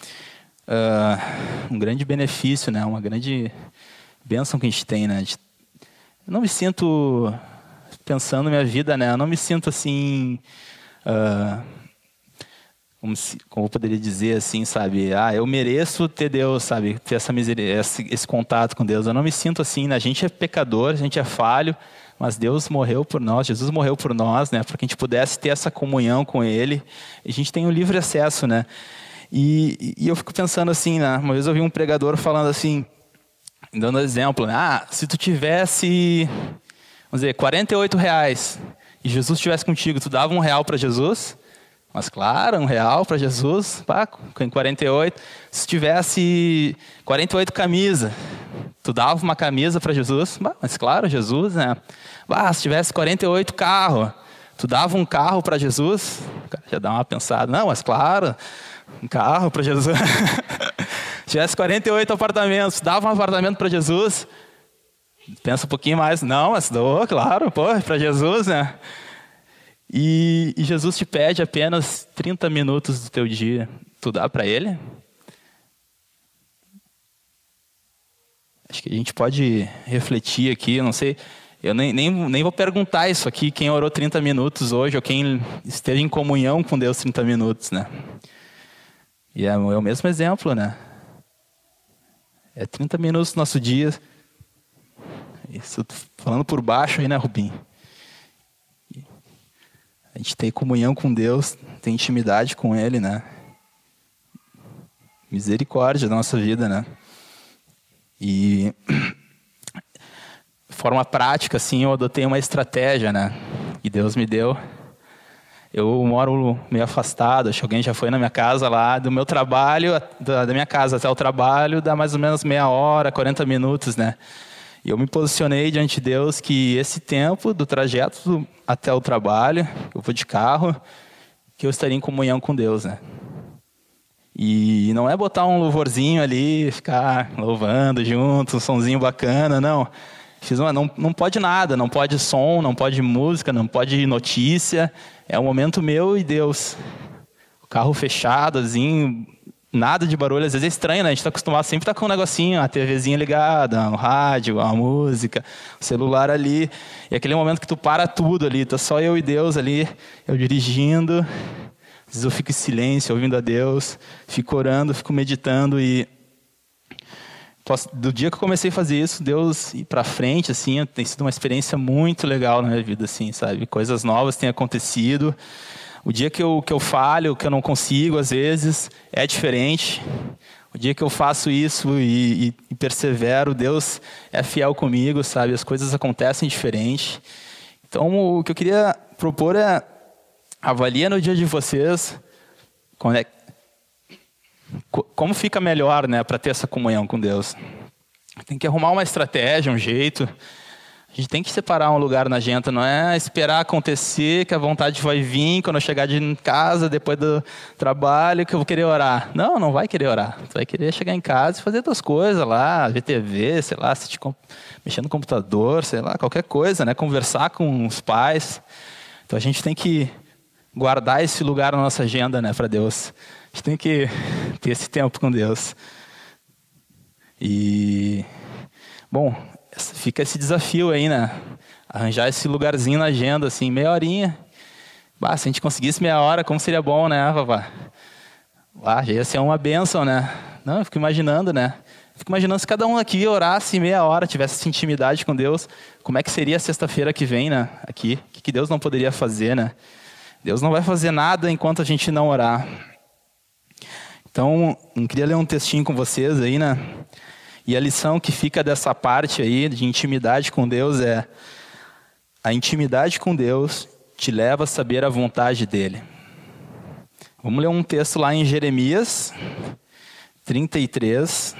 uh, um grande benefício, né? Uma grande bênção que a gente tem, né? De, eu não me sinto... pensando na minha vida, né? Eu não me sinto assim, uh, como, se, como eu poderia dizer assim, sabe? Ah, eu mereço ter Deus, sabe? Ter essa misericórdia, esse, esse contato com Deus. Eu não me sinto assim, né? A gente é pecador, a gente é falho, mas Deus morreu por nós, Jesus morreu por nós, né? Para que a gente pudesse ter essa comunhão com Ele. A gente tem um livre acesso, né? E, e eu fico pensando assim, né? Uma vez eu vi um pregador falando assim, dando exemplo, né? Ah, se tu tivesse... Vamos dizer, quarenta e oito reais, e Jesus estivesse contigo, tu dava um real para Jesus? Mas claro, um real para Jesus, pá, com quarenta e oito. Se tivesse quarenta e oito camisas, tu dava uma camisa para Jesus? Bah, mas claro, Jesus, né? Bah, se tivesse quarenta e oito carros, tu dava um carro para Jesus? O cara já dá uma pensada, não, mas claro, um carro para Jesus. Se tivesse quarenta e oito apartamentos, dava um apartamento para Jesus? Pensa um pouquinho mais. Não, mas dou, claro, pô, para Jesus, né? E, e Jesus te pede apenas trinta minutos do teu dia. Tu dá para Ele? Acho que a gente pode refletir aqui, eu não sei... Eu nem, nem, nem vou perguntar isso aqui, quem orou trinta minutos hoje, ou quem esteve em comunhão com Deus trinta minutos, né? E é, é o mesmo exemplo, né? É trinta minutos do nosso dia... Isso, falando por baixo aí, né, Rubim? A gente tem comunhão com Deus, tem intimidade com Ele, né? Misericórdia da nossa vida, né? E, de forma prática, assim, eu adotei uma estratégia, né? Que Deus me deu. Eu moro meio afastado, acho que alguém já foi na minha casa lá, do meu trabalho, da minha casa até o trabalho, dá mais ou menos meia hora, quarenta minutos, né? E eu me posicionei diante de Deus que esse tempo do trajeto até o trabalho, eu vou de carro, que eu estaria em comunhão com Deus, né? E não é botar um louvorzinho ali, ficar louvando junto, um sonzinho bacana, não. Fiz uma, não, não pode nada, não pode som, não pode música, não pode notícia. É um momento meu e Deus. O carro fechado, assim... Nada de barulho, às vezes é estranho, né? A gente está acostumado sempre estar tá com um negocinho, a TVzinha ligada, um rádio, uma música, o celular ali. E aquele momento que tu para tudo ali, tá só eu e Deus ali, eu dirigindo. Às vezes eu fico em silêncio, ouvindo a Deus, fico orando, fico meditando e... Do dia que eu comecei a fazer isso, Deus ir para frente, assim, tem sido uma experiência muito legal na minha vida, assim, sabe? Coisas novas têm acontecido. O dia que eu, que eu falho, que eu não consigo, às vezes, é diferente. O dia que eu faço isso e, e, e persevero, Deus é fiel comigo, sabe? As coisas acontecem diferente. Então, o que eu queria propor é, avalia no dia de vocês, como, é, como fica melhor, né, para ter essa comunhão com Deus. Tem que arrumar uma estratégia, um jeito... A gente tem que separar um lugar na agenda, não é esperar acontecer, que a vontade vai vir quando eu chegar de casa, depois do trabalho, que eu vou querer orar. Não, não vai querer orar. Tu vai querer chegar em casa e fazer tuas coisas lá, ver T V, sei lá, assistir, mexer no computador, sei lá, qualquer coisa, né? Conversar com os pais. Então a gente tem que guardar esse lugar na nossa agenda, né, para Deus. A gente tem que ter esse tempo com Deus. E, bom... Fica esse desafio aí, né? Arranjar esse lugarzinho na agenda, assim, meia horinha. Bah, se a gente conseguisse meia hora, como seria bom, né, papá? Ah, já ia ser uma bênção, né? Não, eu fico imaginando, né? Eu fico imaginando se cada um aqui orasse meia hora, tivesse essa intimidade com Deus, como é que seria a sexta-feira que vem, né? Aqui. O que que Deus não poderia fazer, né? Deus não vai fazer nada enquanto a gente não orar. Então, eu queria ler um textinho com vocês aí, né? E a lição que fica dessa parte aí de intimidade com Deus é: a intimidade com Deus te leva a saber a vontade dele. Vamos ler um texto lá em Jeremias trinta e três,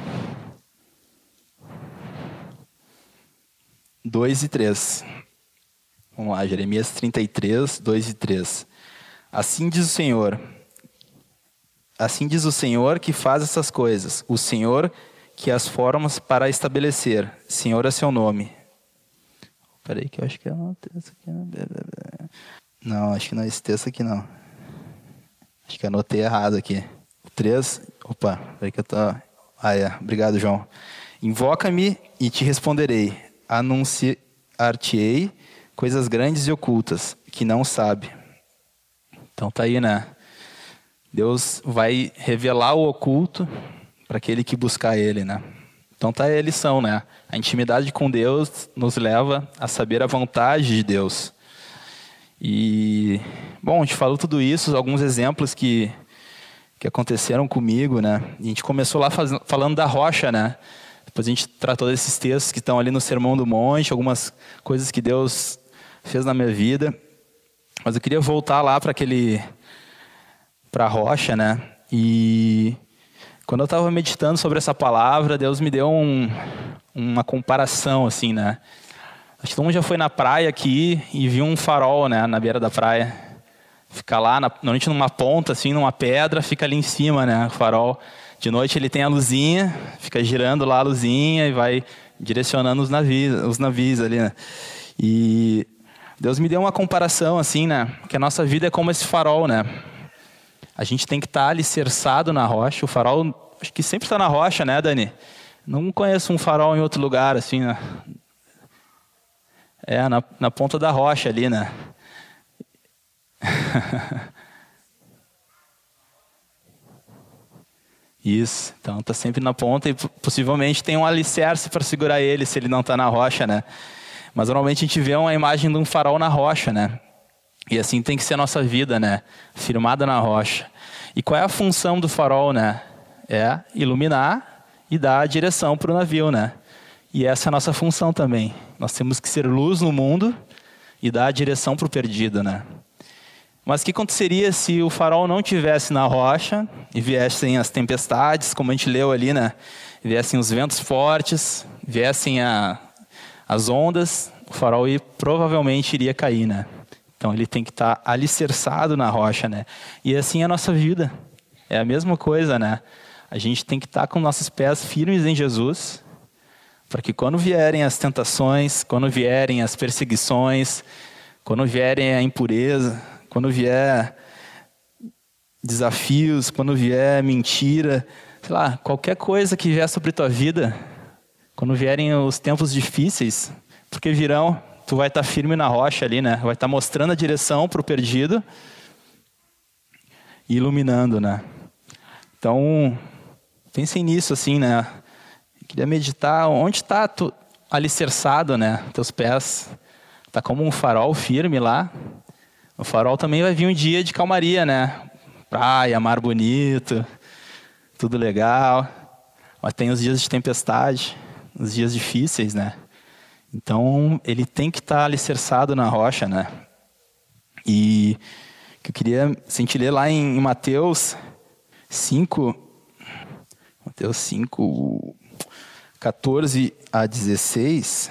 dois e três. Vamos lá, Jeremias trinta e três, dois e três. Assim diz o Senhor, assim diz o Senhor que faz essas coisas, o Senhor que as formas para estabelecer, Senhor é seu nome. Peraí que eu acho que é um texto aqui. Não, acho que não é esse texto aqui não. Acho que anotei errado aqui. Três, opa, peraí que eu tô... Ah, é, obrigado, João. Invoca-me e te responderei, anunciar-te-ei coisas grandes e ocultas, que não sabe. Então tá aí, né? Deus vai revelar o oculto para aquele que buscar ele, né? Então tá aí a lição, né? A intimidade com Deus nos leva a saber a vontade de Deus. E, bom, a gente falou tudo isso, alguns exemplos que, que aconteceram comigo, né? E a gente começou lá faz, falando da rocha, né? Depois a gente tratou desses textos que estão ali no Sermão do Monte, algumas coisas que Deus fez na minha vida. Mas eu queria voltar lá para aquele, para a rocha, né? E quando eu estava meditando sobre essa palavra, Deus me deu um, uma comparação, assim, né? Acho que todo mundo já foi na praia aqui e viu um farol, né, na beira da praia. Fica lá, na, normalmente numa ponta, assim, numa pedra, fica ali em cima, né, o farol. De noite ele tem a luzinha, fica girando lá a luzinha e vai direcionando os navios, os navios ali, né? E Deus me deu uma comparação, assim, né, que a nossa vida é como esse farol, né? A gente tem que estar alicerçado na rocha. O farol, acho que sempre está na rocha, né, Dani? Não conheço um farol em outro lugar, assim, né? É, na, na ponta da rocha ali, né? Isso, então está sempre na ponta e possivelmente tem um alicerce para segurar ele se ele não está na rocha, né? Mas normalmente a gente vê uma imagem de um farol na rocha, né? E assim tem que ser a nossa vida, né? Firmada na rocha. E qual é a função do farol, né? É iluminar e dar a direção para o navio, né? E essa é a nossa função também. Nós temos que ser luz no mundo e dar a direção para o perdido, né? Mas o que aconteceria se o farol não tivesse na rocha e viessem as tempestades, como a gente leu ali, né? Viessem os ventos fortes, viessem a, as ondas, o farol ia, provavelmente iria cair, né? Então ele tem que estar alicerçado na rocha, né? E assim é a nossa vida. É a mesma coisa, né? A gente tem que estar com nossos pés firmes em Jesus, para que quando vierem as tentações, quando vierem as perseguições, quando vierem a impureza, quando vier desafios, quando vier mentira, sei lá, qualquer coisa que vier sobre tua vida, quando vierem os tempos difíceis, porque virão, tu vai estar firme na rocha ali, né? Vai estar mostrando a direção para o perdido e iluminando, né? Então, pensem nisso assim, né? Eu queria meditar, onde está tu alicerçado, né? Teus pés. Está como um farol firme lá. O farol também vai vir um dia de calmaria, né? Praia, mar bonito, tudo legal. Mas tem os dias de tempestade, os dias difíceis, né? Então, ele tem que estar alicerçado na rocha, né? E que eu queria, se a gente ler lá em Mateus cinco, Mateus cinco, quatorze a dezesseis.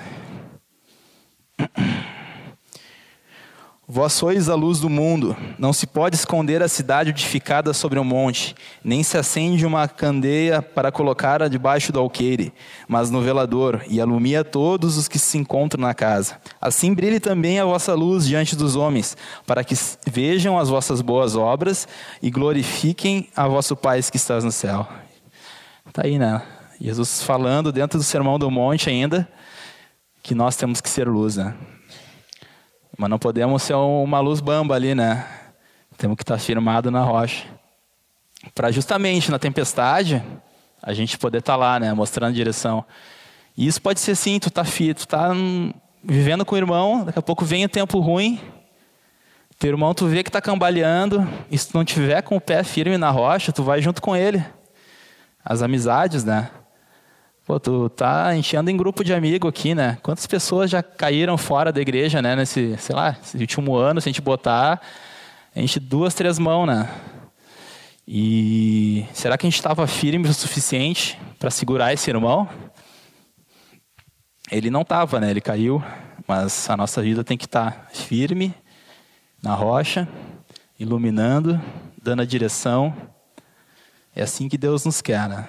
Vós sois a luz do mundo. Não se pode esconder a cidade edificada sobre um monte, nem se acende uma candeia para colocá-la debaixo do alqueire, mas no velador, e alumia todos os que se encontram na casa. Assim brilhe também a vossa luz diante dos homens, para que vejam as vossas boas obras e glorifiquem a vosso Pai que estás no céu. Está aí, né? Jesus falando dentro do Sermão do Monte ainda, que nós temos que ser luz, né? Mas não podemos ser uma luz bamba ali, né? Temos que estar firmado na rocha. Para justamente na tempestade, a gente poder estar lá, né? Mostrando a direção. E isso pode ser sim, tu tá firme, tu tá vivendo com o irmão, daqui a pouco vem o tempo ruim, teu irmão tu vê que está cambaleando, e se tu não tiver com o pé firme na rocha, tu vai junto com ele. As amizades, né? Pô, tu tá enchendo em grupo de amigo aqui, né? Quantas pessoas já caíram fora da igreja, né? Nesse, sei lá, esse último ano, se a gente botar, enche duas, três mãos, né? E será que a gente estava firme o suficiente para segurar esse irmão? Ele não estava, né? Ele caiu, mas a nossa vida tem que estar firme na rocha, iluminando, dando a direção. É assim que Deus nos quer, né?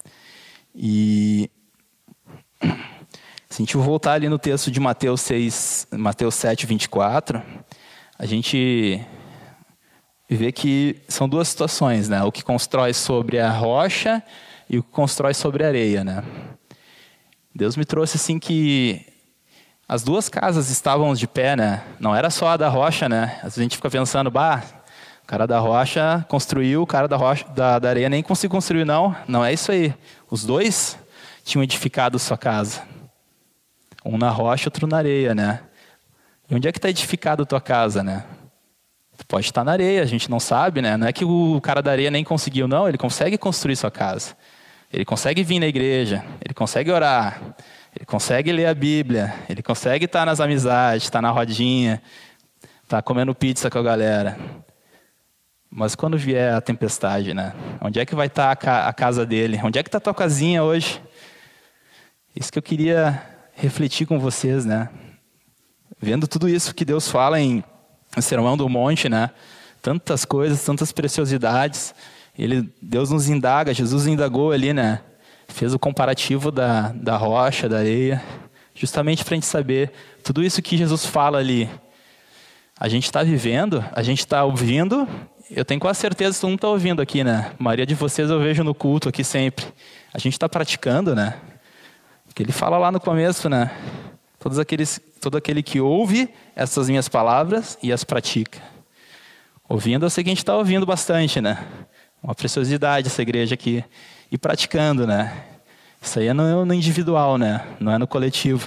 E se a gente voltar ali no texto de Mateus seis, Mateus sete, vinte e quatro, a gente vê que são duas situações, né? O que constrói sobre a rocha e o que constrói sobre a areia, né? Deus me trouxe assim que as duas casas estavam de pé, né? Não era só a da rocha, né? Às vezes a gente fica pensando, bah, o cara da rocha construiu, o cara da, rocha, da, da areia nem conseguiu construir, não. Não é isso aí. Os dois tinham edificado sua casa. Um na rocha, outro na areia, né? E onde é que está edificado a tua casa, né? Tu pode estar na areia, a gente não sabe, né? Não é que o cara da areia nem conseguiu, não. Ele consegue construir sua casa. Ele consegue vir na igreja. Ele consegue orar. Ele consegue ler a Bíblia. Ele consegue estar nas amizades, estar na rodinha, estar comendo pizza com a galera. Mas quando vier a tempestade, né? Onde é que vai estar a, ca- a casa dele? Onde é que está a tua casinha hoje? Isso que eu queria refletir com vocês, né? Vendo tudo isso que Deus fala em Sermão do Monte, né? Tantas coisas, tantas preciosidades. Ele, Deus nos indaga, Jesus indagou ali, né? Fez o comparativo da, da rocha, da areia, justamente para a gente saber tudo isso que Jesus fala ali. A gente está vivendo, a gente está ouvindo. Eu tenho quase certeza que todo mundo está ouvindo aqui, né? A maioria de vocês eu vejo no culto aqui sempre. A gente está praticando, né? Porque ele fala lá no começo, né? Todos aqueles, todo aquele que ouve essas minhas palavras e as pratica. Ouvindo, eu sei que a gente está ouvindo bastante, né? Uma preciosidade essa igreja aqui. E praticando, né? Isso aí é no, no individual, né? Não é no coletivo.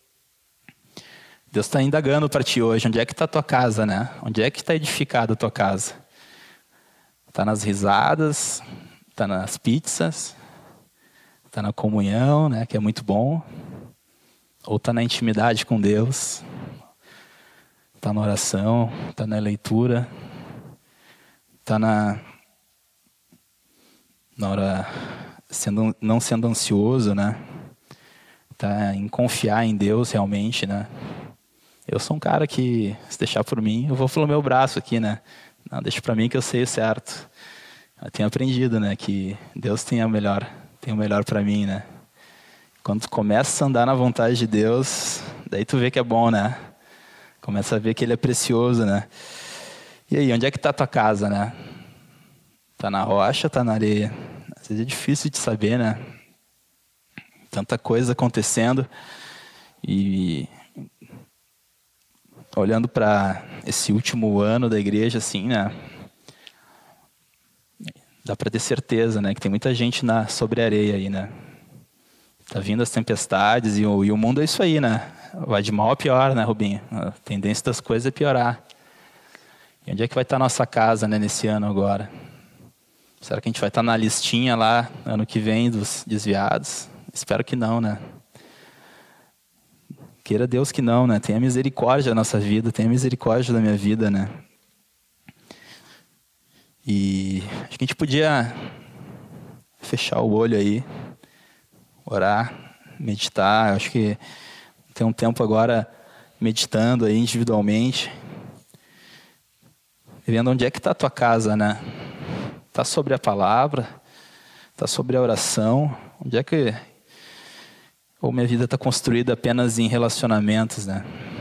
Deus está indagando para ti hoje. Onde é que está a tua casa, né? Onde é que está edificada a tua casa? Está nas risadas, está nas pizzas, está na comunhão, né? Que é muito bom. Ou está na intimidade com Deus. Está na oração, está na leitura. Está na... na hora sendo, não sendo ansioso, né? Tá em confiar em Deus realmente, né? Eu sou um cara que, se deixar por mim, eu vou pelo meu braço aqui, né? Não, deixa para mim que eu sei o certo. Eu tenho aprendido, né? Que Deus tem o melhor, tem o melhor para mim, né? Quando tu começa a andar na vontade de Deus, daí tu vê que é bom, né? Começa a ver que Ele é precioso, né? E aí, onde é que tá a tua casa, né? Tá na rocha, tá na areia? Às vezes é difícil de saber, né? Tanta coisa acontecendo. E olhando para esse último ano da igreja, assim, né? Dá para ter certeza, né? Que tem muita gente na, sobre a areia aí, né? Tá vindo as tempestades e o, e o mundo é isso aí, né? Vai de mal a pior, né, Rubinho? A tendência das coisas é piorar. E onde é que vai estar a nossa casa, né, nesse ano agora? Será que a gente vai estar na listinha lá, ano que vem, dos desviados? Espero que não, né? Queira Deus que não, né? Tenha misericórdia da nossa vida, tenha misericórdia da minha vida, né? E acho que a gente podia fechar o olho aí, orar, meditar. Acho que tem um tempo agora meditando aí individualmente, vendo onde é que está a tua casa, né? Está sobre a palavra, está sobre a oração. Onde é que... Ou minha vida está construída apenas em relacionamentos, né?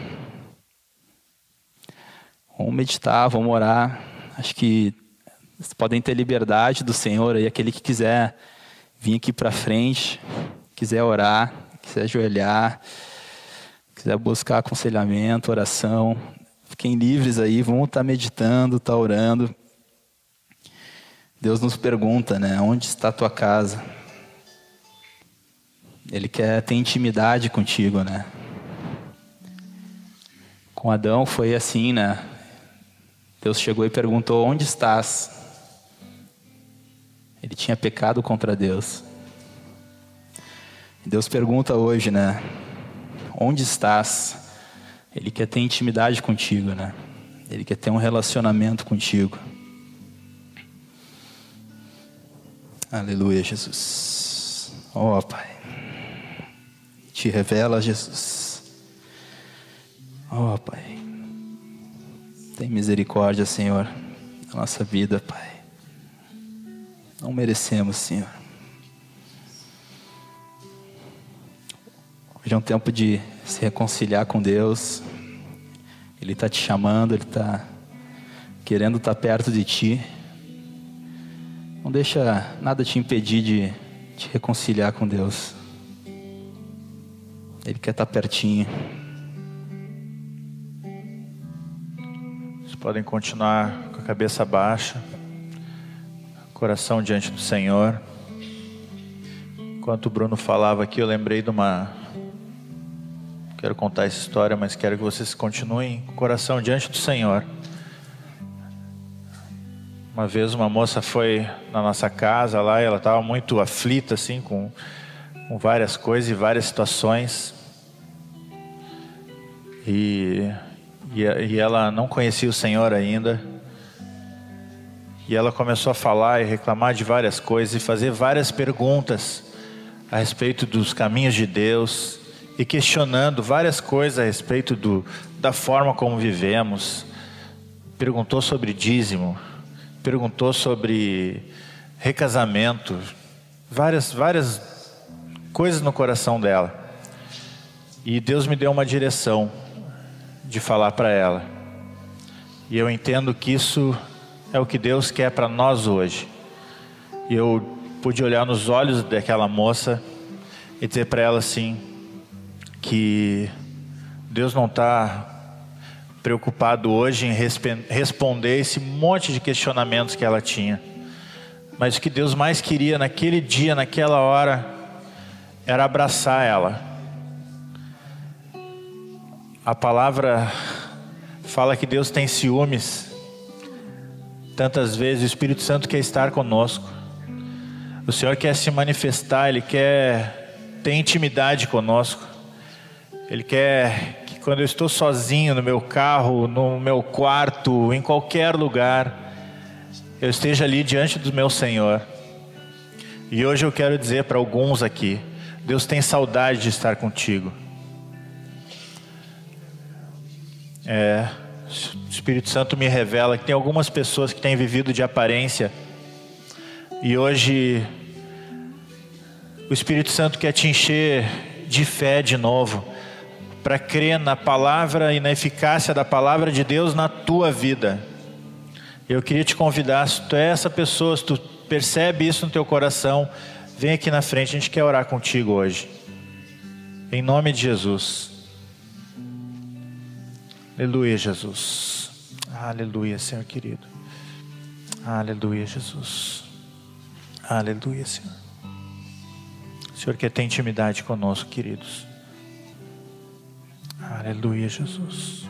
Vamos meditar, vamos orar. Acho que vocês podem ter liberdade do Senhor aí. Aquele que quiser vir aqui para frente, quiser orar, quiser ajoelhar, quiser buscar aconselhamento, oração. Fiquem livres aí, vamos estar meditando, estar orando. Deus nos pergunta, né? Onde está a tua casa? Ele quer ter intimidade contigo, né? Com Adão foi assim, né? Deus chegou e perguntou: onde estás? Ele tinha pecado contra Deus. Deus pergunta hoje, né? Onde estás? Ele quer ter intimidade contigo, né? Ele quer ter um relacionamento contigo. Aleluia, Jesus. Ó, Pai. Te revela, Jesus. Ó, Pai. Tem misericórdia, Senhor, da nossa vida, Pai. Não merecemos, Senhor. Hoje é um tempo de se reconciliar com Deus. Ele está te chamando, Ele está querendo estar perto de ti. Não deixa nada te impedir de te reconciliar com Deus. Ele quer estar pertinho. Vocês podem continuar com a cabeça baixa, coração diante do Senhor. Enquanto o Bruno falava aqui, eu lembrei de uma... Quero contar essa história, mas quero que vocês continuem com o coração diante do Senhor. Uma vez uma moça foi na nossa casa lá, e ela estava muito aflita, assim, com, com várias coisas e várias situações. E, e, e ela não conhecia o Senhor ainda. E ela começou a falar e reclamar de várias coisas e fazer várias perguntas a respeito dos caminhos de Deus, e questionando várias coisas a respeito do, da forma como vivemos. Perguntou sobre dízimo, perguntou sobre recasamento, várias, várias coisas no coração dela. E Deus me deu uma direção de falar para ela. E eu entendo que isso é o que Deus quer para nós hoje. E eu pude olhar nos olhos daquela moça e dizer para ela assim, que Deus não está preocupado hoje em resp- responder esse monte de questionamentos que ela tinha. Mas o que Deus mais queria naquele dia, naquela hora, era abraçar ela. A palavra fala que Deus tem ciúmes. Tantas vezes o Espírito Santo quer estar conosco. O Senhor quer se manifestar, Ele quer ter intimidade conosco. Ele quer que quando eu estou sozinho no meu carro, no meu quarto, em qualquer lugar, eu esteja ali diante do meu Senhor. E hoje eu quero dizer para alguns aqui, Deus tem saudade de estar contigo. É, o Espírito Santo me revela que tem algumas pessoas que têm vivido de aparência. E hoje o Espírito Santo quer te encher de fé de novo, para crer na palavra e na eficácia da palavra de Deus na tua vida. Eu queria te convidar, se tu é essa pessoa, se tu percebe isso no teu coração, vem aqui na frente, a gente quer orar contigo hoje. Em nome de Jesus. Aleluia, Jesus. Aleluia, Senhor querido. Aleluia, Jesus. Aleluia, Senhor. O Senhor quer ter intimidade conosco, queridos. Aleluia, Jesus.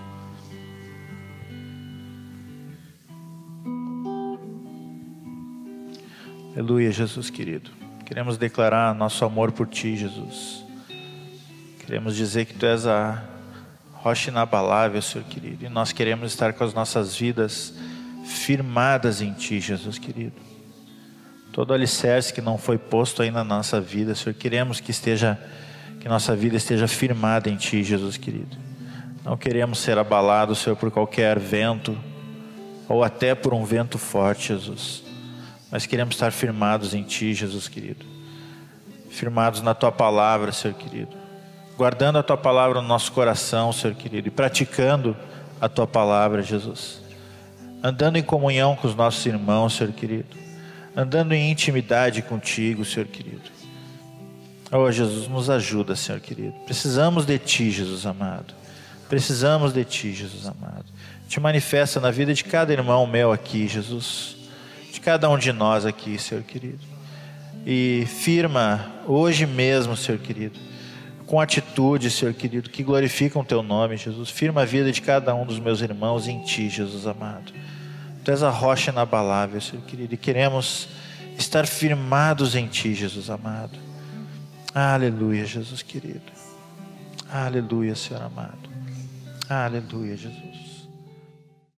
Aleluia, Jesus querido. Queremos declarar nosso amor por Ti, Jesus. Queremos dizer que Tu és a rocha inabalável, Senhor querido. E nós queremos estar com as nossas vidas firmadas em Ti, Jesus querido. Todo alicerce que não foi posto ainda na nossa vida, Senhor, queremos que esteja... que nossa vida esteja firmada em Ti, Jesus querido. Não queremos ser abalados, Senhor, por qualquer vento, ou até por um vento forte, Jesus. Mas queremos estar firmados em Ti, Jesus querido. Firmados na Tua palavra, Senhor querido. Guardando a Tua palavra no nosso coração, Senhor querido. E praticando a Tua palavra, Jesus. Andando em comunhão com os nossos irmãos, Senhor querido. Andando em intimidade contigo, Senhor querido. Oh, Jesus, nos ajuda, Senhor querido. Precisamos de Ti, Jesus amado. Precisamos de Ti, Jesus amado. Te manifesta na vida de cada irmão meu aqui, Jesus. De cada um de nós aqui, Senhor querido. E firma hoje mesmo, Senhor querido, com atitudes, Senhor querido, que glorificam o Teu nome, Jesus. Firma a vida de cada um dos meus irmãos em Ti, Jesus amado. Tu és a rocha inabalável, Senhor querido, e queremos estar firmados em Ti, Jesus amado. Aleluia, Jesus querido. Aleluia, Senhor amado. Aleluia, Jesus.